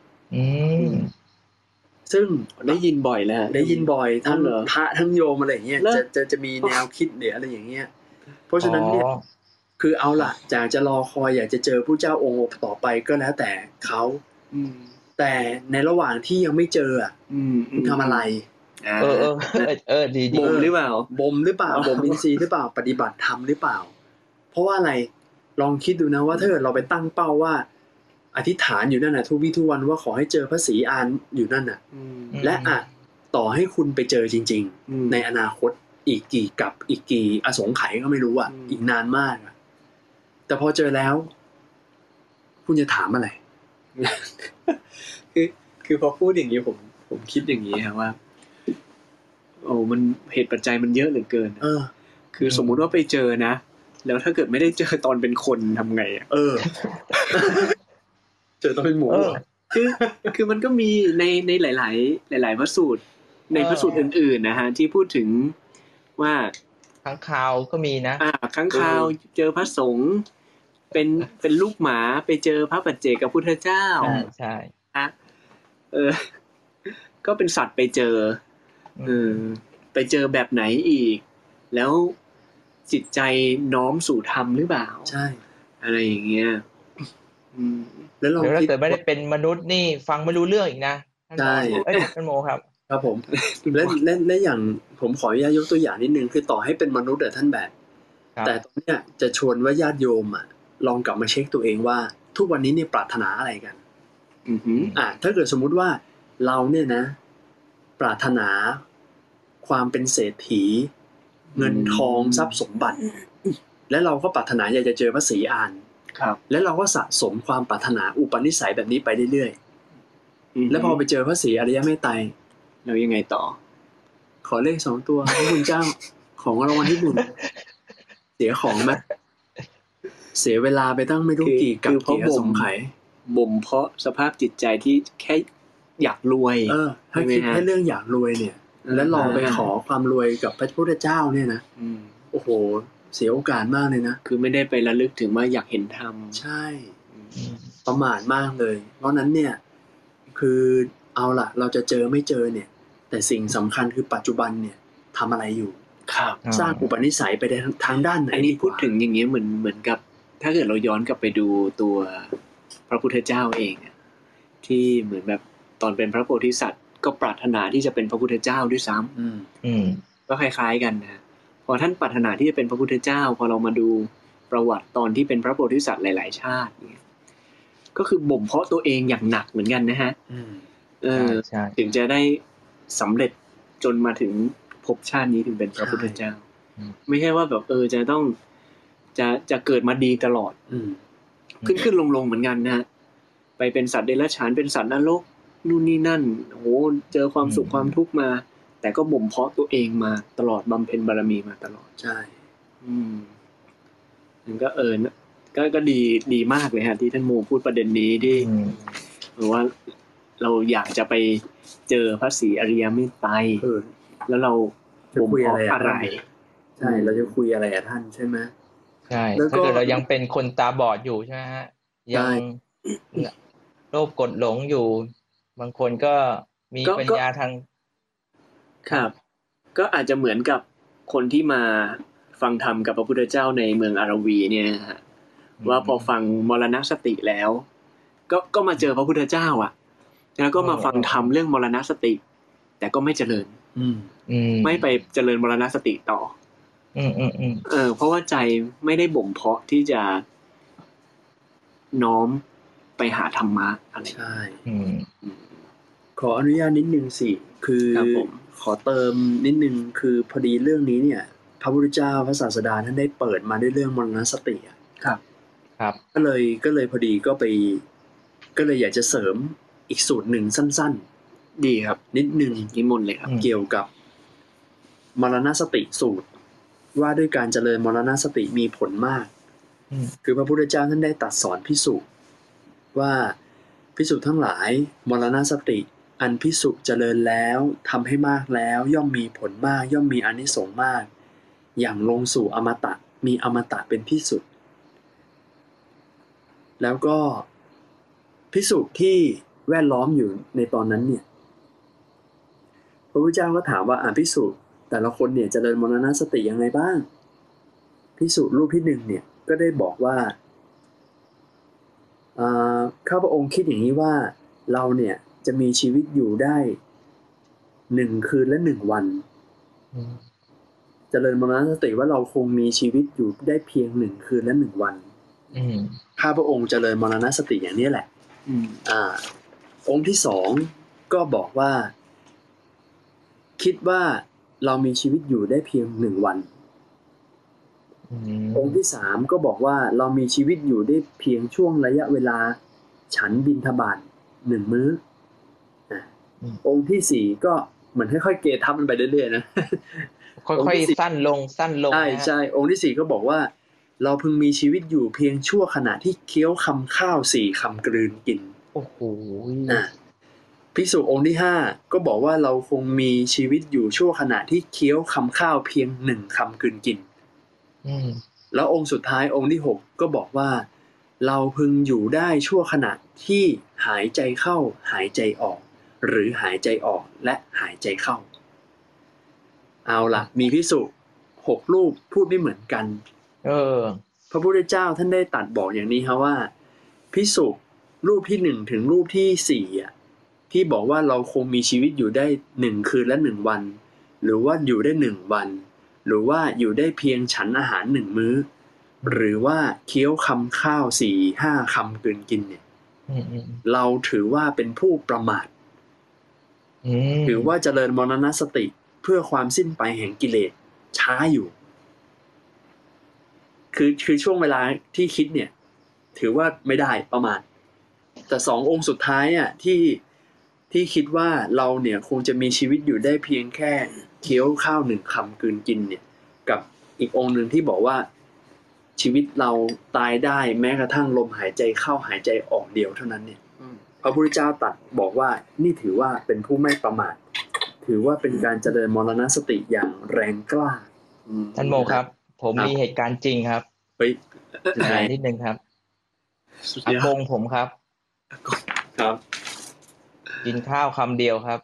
ซึ่งได้ยินบ่อยแล้วได้ยินบ่อยทั้งพระทั้งโยมอะไรอย่างเงี้ยจะมีแนวคิดหรืออะไรอย่างเงี้ยเพราะฉะนั้นเนี่ยคือเอาล่ะจากจะรอคอยอยากจะเจอผู้เจ้าองค์ต่อไปก็แล้วแต่เขาแต่ในระหว่างที่ยังไม่เจอทำอะไรดีบ่มหรือเปล่าบ่มอินทรีย์หรือเปล่าปฏิบัติธรรมหรือเปล่าเพราะว่าอะไรลองคิดดูนะว่าถ้าเกิดเราไปตั้งเป้าว่าอธิษฐานอยู่นั่นน่ะทุกวี่ทุกวันว่าขอให้เจอพระศรีอานอยู่นั่นน่ะและต่อให้คุณไปเจอจริงๆในอนาคตอีกกี่อสงไขยก็ไม่รู้อ่ะอีกนานมากอ่ะแต่พอเจอแล้วคุณจะถามอะไรคือพอพูดอย่างนี้ผมคิดอย่างนี้ครับว่ามันเหตุปัจจัยมันเยอะเหลือเกินคือสมมุติว่าไปเจอนะแล้วถ้าเกิดไม่ได้เจอตอนเป็นคนทำไงอ่ะเจอตอนเป็นหมูคือมันก็มีในหลายพระสูตรในพระสูตรอื่นๆนะฮะที่พูดถึงว่าค้างคาวก็มีนะค้างคาวเจอพระสงฆ์เป็นลูกหมาไปเจอพระปัจเจกพุทธเจ้าใช่ก็เป็นสัตว์ไปเจอไปเจอแบบไหนอีกแล้วจิตใจน้อมสู่ธรรมหรือเปล่าใช่อะไรอย่างเงี้ยแล้วถ้าเกิดไม่ได้เป็นมนุษย์นี่ฟังไม่รู้เรื่องอีกนะใช่ท่านโมครับผมและอย่างผมขออนุญาตยกตัวอย่างนิดนึงคือต่อให้เป็นมนุษย์ท่านแบบแต่ตรงเนี้ยจะชวนว่าญาติโยมลองกลับมาเช็คตัวเองว่าทุกวันนี้เนี่ยปรารถนาอะไรกันถ้าเกิดสมมุติว่าเราเนี่ยนะปรารถนาความเป็นเศรษฐีเงินทองทรัพย์สมบัติและเราก็ปรารถนาอยากจะเจอพระศรีอานและเราก็สะสมความปรารถนาอุปนิสัยแบบนี้ไปเรื่อยๆแล้วพอไปเจอพระศรีอริยเมตไตรแล้วยังไงต่อขอเลข2ตัวให้คุณเจ้าของรางวัลที่1เสียของไหมเสียเวลาไปตั้งไม่รู้กี่กับกี่สงไขยบ่มเพาะสภาพจิตใจที่แค่อยากรวยถ้าคิดแค่เรื่องอยากรวยเนี่ยแล้วลองไปขอความรวยกับพระพุทธเจ้าเนี่ยนะโอ้โหเสียโอกาสมากเลยนะคือไม่ได้ไประลึกถึงว่าอยากเห็นธรรมใช่ประมาทมากเลยเพราะนั้นเนี่ยคือเอาล่ะเราจะเจอไม่เจอเนี่ยแต่สิ่งสำคัญคือปัจจุบันเนี่ยทำอะไรอยู่สร้างอุปนิสัยไปในทางด้านไหนอันนี้พูดถึงอย่างนี้เหมือนกับถ้าเกิดเราย้อนกลับไปดูตัวพระพุทธเจ้าเองที่เหมือนแบบตอนเป็นพระโพธิสัตว์ก็ปรารถนาที่จะเป็นพระพุทธเจ้าด้วยซ้ำก็คล้ายๆกันนะพอท่านปรารถนาที่จะเป็นพระพุทธเจ้าพอเรามาดูประวัติตอนที่เป็นพระโพธิสัตว์หลายๆชาติเนี่ยก็คือบ่มเพาะตัวเองอย่างหนักเหมือนกันนะฮะถึงจะได้สำเร็จจนมาถึงภพชาตินี้ถึงเป็นพระพุทธเจ้าไม่ใช่ว่าแบบจะต้องจะเกิดมาดีตลอดขึ้นลงเหมือนกันนะไปเป็นสัตว์เดรัจฉานเป็นสัตว์นรกนู่นนี่นั่นโหเจอความสุขความทุกข์มาแต่ก็บ่มเพาะตัวเองมาตลอดบำเพ็ญบารมีมาตลอดใช่มันก็ก็ดีมากเลยฮะที่ท่านโมพูดประเด็นนี้ที่หรือว่าเราอยากจะไปเจอพระศรีอริยเมตไตรแล้วเราบ่มเพาะอะไรใช่เราจะคุยอะไรกับท่านใช่ไหมใช่ถ้าเกิดเรายังเป็นคนตาบอดอยู่ใช่ไหมฮะยังโลภกดหลงอยู่บางคนก็มีปัญญาทางครับก็อาจจะเหมือนกับคนที่มาฟังธรรมกับพระพุทธเจ้าในเมืองอารวีเนี่ยฮะว่าพอฟังมรณสติแล้วก็มาเจอพระพุทธเจ้าแล้วก็มาฟังธรรมเรื่องมรณสติแต่ก็ไม่เจริญไม่ไปเจริญมรณสติต่อเพราะว่าใจไม่ได้บ่มเพาะที่จะน้อมไปหาธรรมะอะไรใช่ขออนุญาตนิดนึงสิคือขอเติมนิดนึงคือพอดีเรื่องนี้เนี่ยพระพุทธเจ้าพระศาสดาท่านได้เปิดมาด้วยเรื่องมรณสติครับก็เลยพอดีก็เลยอยากจะเสริมอีกสูตรหนึ่งสั้นๆดีครับนิดนึงนิมนต์เลยครับเกี่ยวกับมรณสติสูตรว่าด้วยการเจริญมรณสติมีผลมากคือพระพุทธเจ้าท่านได้ตรัสสอนภิกษุว่าภิกษุทั้งหลายมรณสติอันภิกษุเจริญแล้วทำให้มากแล้วย่อมมีผลมากย่อมมีอานิสงส์มากอย่างลงสู่อมตะมีอมตะเป็นที่สุดแล้วก็ภิกษุที่แวดล้อมอยู่ในตอนนั้นเนี่ยพระพุทธเจ้าก็ถามว่าภิกษุแต่ละคนเนี่ยเจริญมรณสติยังไงบ้างภิกษุรูปที่หนึ่งเนี่ยก็ได้บอกว่าข้าพระองค์คิดอย่างนี้ว่าเราเนี่ยจะมีชีวิตอยู่ได้1 คืนและ1 วันเจริญมรณสติว่าเราคงมีชีวิตอยู่ได้เพียง1 คืนและ1 วันข้าพระองค์เจริญมรณสติอย่างนี้แหละองค์ที่สองก็บอกว่าคิดว่าเรามีชีวิตอยู่ได้เพียง1 วันองค์ที่สามก็บอกว่าเรามีชีวิตอยู่ได้เพียงช่วงระยะเวลาฉันบิณฑบาต1 มื้อองค์ที่สี่ก็เหมือนค่อยๆเกทับมันไปเรื่อยๆนะค่อยๆสั้นลงใช่องค์ที่สี่ก็บอกว่าเราพึงมีชีวิตอยู่เพียงชั่วขณะที่เคี้ยวคำข้าว4 คำกลืนกินโอ้โหภิกษุองค์ที่ห้าก็บอกว่าเราคงมีชีวิตอยู่ชั่วขณะที่เคี้ยวคำข้าวเพียง1 คำกลืนกินแล้วองค์สุดท้ายองค์ที่6ก็บอกว่าเราพึงอยู่ได้ชั่วขณะที่หายใจเข้าหายใจออกหรือหายใจออกและหายใจเข้าเอาล่ะมีภิกษุ6 รูปพูดไม่เหมือนกันพระพุทธเจ้าท่านได้ตรัสบอกอย่างนี้ครับว่าภิกษุรูปที่1ถึงรูปที่4ที่บอกว่าเราคงมีชีวิตอยู่ได้1 คืนและ1 วันหรือว่าอยู่ได้1 วันหรือว่าอยู่ได้เพียงฉันอาหาร1 มื้อหรือว่าเคี้ยวคำข้าว4-5 คำกลืนกินเนี่ยเราถือว่าเป็นผู้ประมาทถือว่าเจริญมรณสติเพื่อความสิ้นไปแห่งกิเลสช้าอยู่คือช่วงเวลาที่คิดเนี่ยถือว่าไม่ได้ประมาทแต่2 องค์สุดท้ายที่คิดว่าเราเนี่ยคงจะมีชีวิตอยู่ได้เพียงแค่เคี้ยวข้าว1 คำกลืนกินเนี่ยกับอีกองค์นึงที่บอกว่าชีวิตเราตายได้แม้กระทั่งลมหายใจเข้าหายใจออกเดียวเท่านั้นเนี่ยพระพุทธเจ้าตรัสบอกว่านี่ถือว่าเป็นผู้ไม่ประมาทถือว่าเป็นการเจริญมรณสติอย่างแรงกล้าท่านโมครับผมมีเหตุการณ์จริงครับนิดนึงครับอากงผมครับกินข้าวคำเดียวครับ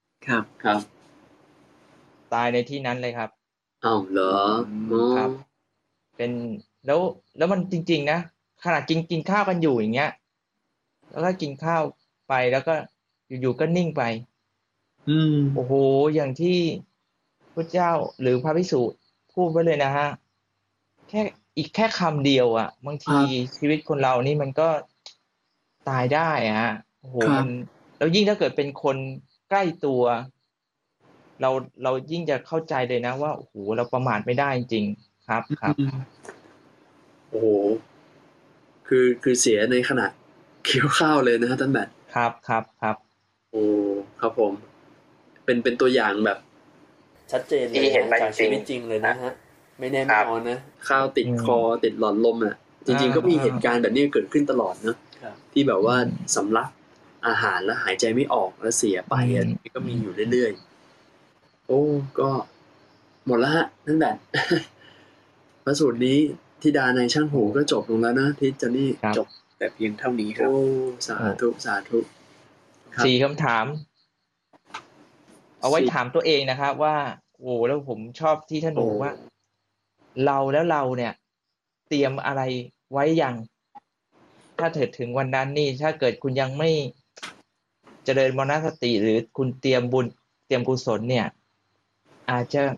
ตายในที่นั้นเลยครับอ้าวเหรอครับเป็นแล้วมันจริงๆนะขณะกินข้าวกันอยู่อย่างเงี้ยแล้วก็กินข้าวไปแล้วก็อยู่ๆก็นิ่งไปโอ้โหอย่างที่พระเจ้าหรือพระภิกษุพูดไว้เลยนะฮะแค่คำเดียวอ่ะบางทีชีวิตคนเรานี่มันก็ตายได้ฮะโอ้โหมันแล้วยิ่งถ้าเกิดเป็นคนใกล้ตัวเรายิ่งจะเข้าใจเลยนะว่าโอ้โหเราประมาทไม่ได้จริงๆครับโอ้โหคือเสียในขณะเคี้ยวข้าวเลยนะท่านแบบครับโอ้ครับผมเป็นตัวอย่างแบบชัดเจนเลยจากชีวิตจริงเลยนะฮะไม่แน่นอนนะข้าวติดคอติดหลอดลมอ่ะจริงๆก็มีเหตุการณ์แบบนี้เกิดขึ้นตลอดเนาะที่แบบว่าสำลักอาหารแล้วหายใจไม่ออกแล้วเสียไปก็มีอยู่เรื่อยๆโอ้ก็หมดแล้วฮะนั่นแหละพระสูตรนี้ธิดาในช่างหูก็จบลงแล้วนะทิศจันนี่จบแต่เพียงเท่านี้ครับโอ้สาธุ 4 คำถามเอาไว้ถามตัวเองนะครับว่าโอ้แล้วผมชอบที่ท่านบอกว่าเราเนี่ยเตรียมอะไรไว้ยังถ้าถึงวันนั้นนี่ถ้าเกิดคุณยังไม่เจริญมรณสติหรือคุณเตรียมบุญเตรียมกุศลเนี่ยอาจจะ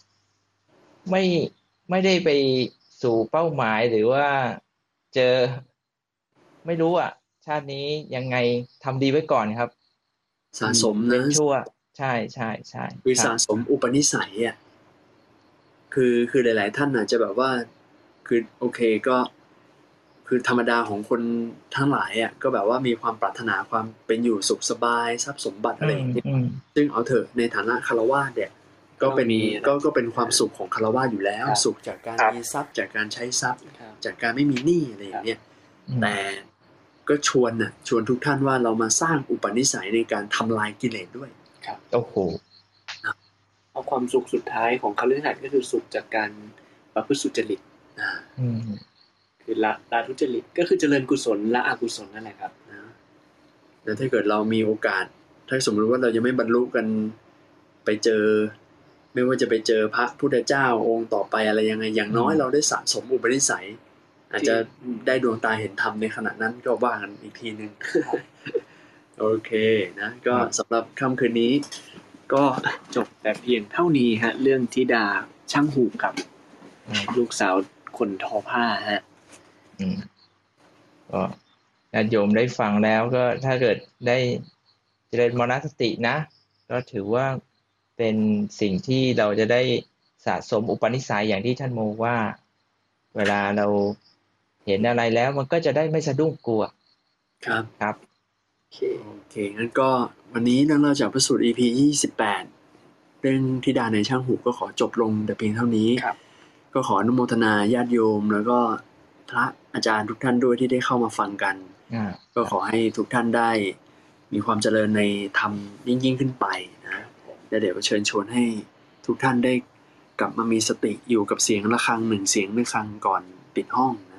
ไม่ได้ไปสู่เป้าหมายหรือว่าเจอไม่รู้อ่ะชาตินี้ยังไงทำดีไว้ก่อนครับสะสมนะชั่วใช่คือสะสมอุปนิสัยอ่ะคือหลายๆท่านอาจจะแบบว่าคือโอเคก็คือธรรมดาของคนทั้งหลายอ่ะก็แบบว่ามีความปรารถนาความเป็นอยู่สุขสบายทรัพย์สมบัติอะไรอย่างนี้ซึ่งเอาเถอะในฐานะฆราวาสเนี่ยก็เป็นความสุขของฆราวาสอยู่แล้วสุขจากการมีทรัพย์จากการใช้ทรัพย์จากการไม่มีหนี้อะไรอย่างเงี้ยแต่ก็ชวนทุกท่านว่าเรามาสร้างอุปนิสัยในการทำลายกิเลสด้วยครับโอ้โหเอาความสุขสุดท้ายของคฤหัสถ์ก็คือสุขจากการประพฤติสุจริตคือละทุจริตก็คือเจริญกุศลละอกุศลนั่นแหละครับแล้วถ้าเกิดเรามีโอกาสถ้าสมมติว่าเรายังไม่บรรลุกันไปเจอไม่ว่าจะไปเจอพระพุทธเจ้าองค์ต่อไปอะไรยังไงอย่างน้อยเราได้สะสมอุปนิสัยอาจจะได้ดวงตาเห็นธรรมในขณะนั้นก็ว่ากันอีกทีนึงโอเคนะก็สำหรับค่ำคืนนี้ก็จบแต่เพียงเท่านี้ฮะเรื่องธิดาช่างหูกับลูกสาวคนทอผ้าฮะก็ญาติโยมได้ฟังแล้วก็ถ้าเกิดได้เจริญมรณสตินะก็ถือว่าเป็นสิ่งที่เราจะได้สะสมอุปนิสัยอย่างที่ท่านโมว่าเวลาเราเห็นอะไรแล้วมันก็จะได้ไม่สะดุ้งกลัวครับโอเคงั้นก็วันนี้เรื่องเล่าจากพระสูตร EP 28เรื่องธิดาในช่างหูก็ขอจบลงแต่เพียงเท่านี้ก็ขออนุโมทนาญาติโยมแล้วก็พระอาจารย์ทุกท่านด้วยที่ได้เข้ามาฟังกันก็ขอให้ทุกท่านได้มีความเจริญในธรรมยิ่งขึ้นไปนะและเดี๋ยวเชิญชวนให้ทุกท่านได้กลับมามีสติอยู่กับเสียงะระฆัง1เสียง1ครั้งก่อนปิดห้องนะ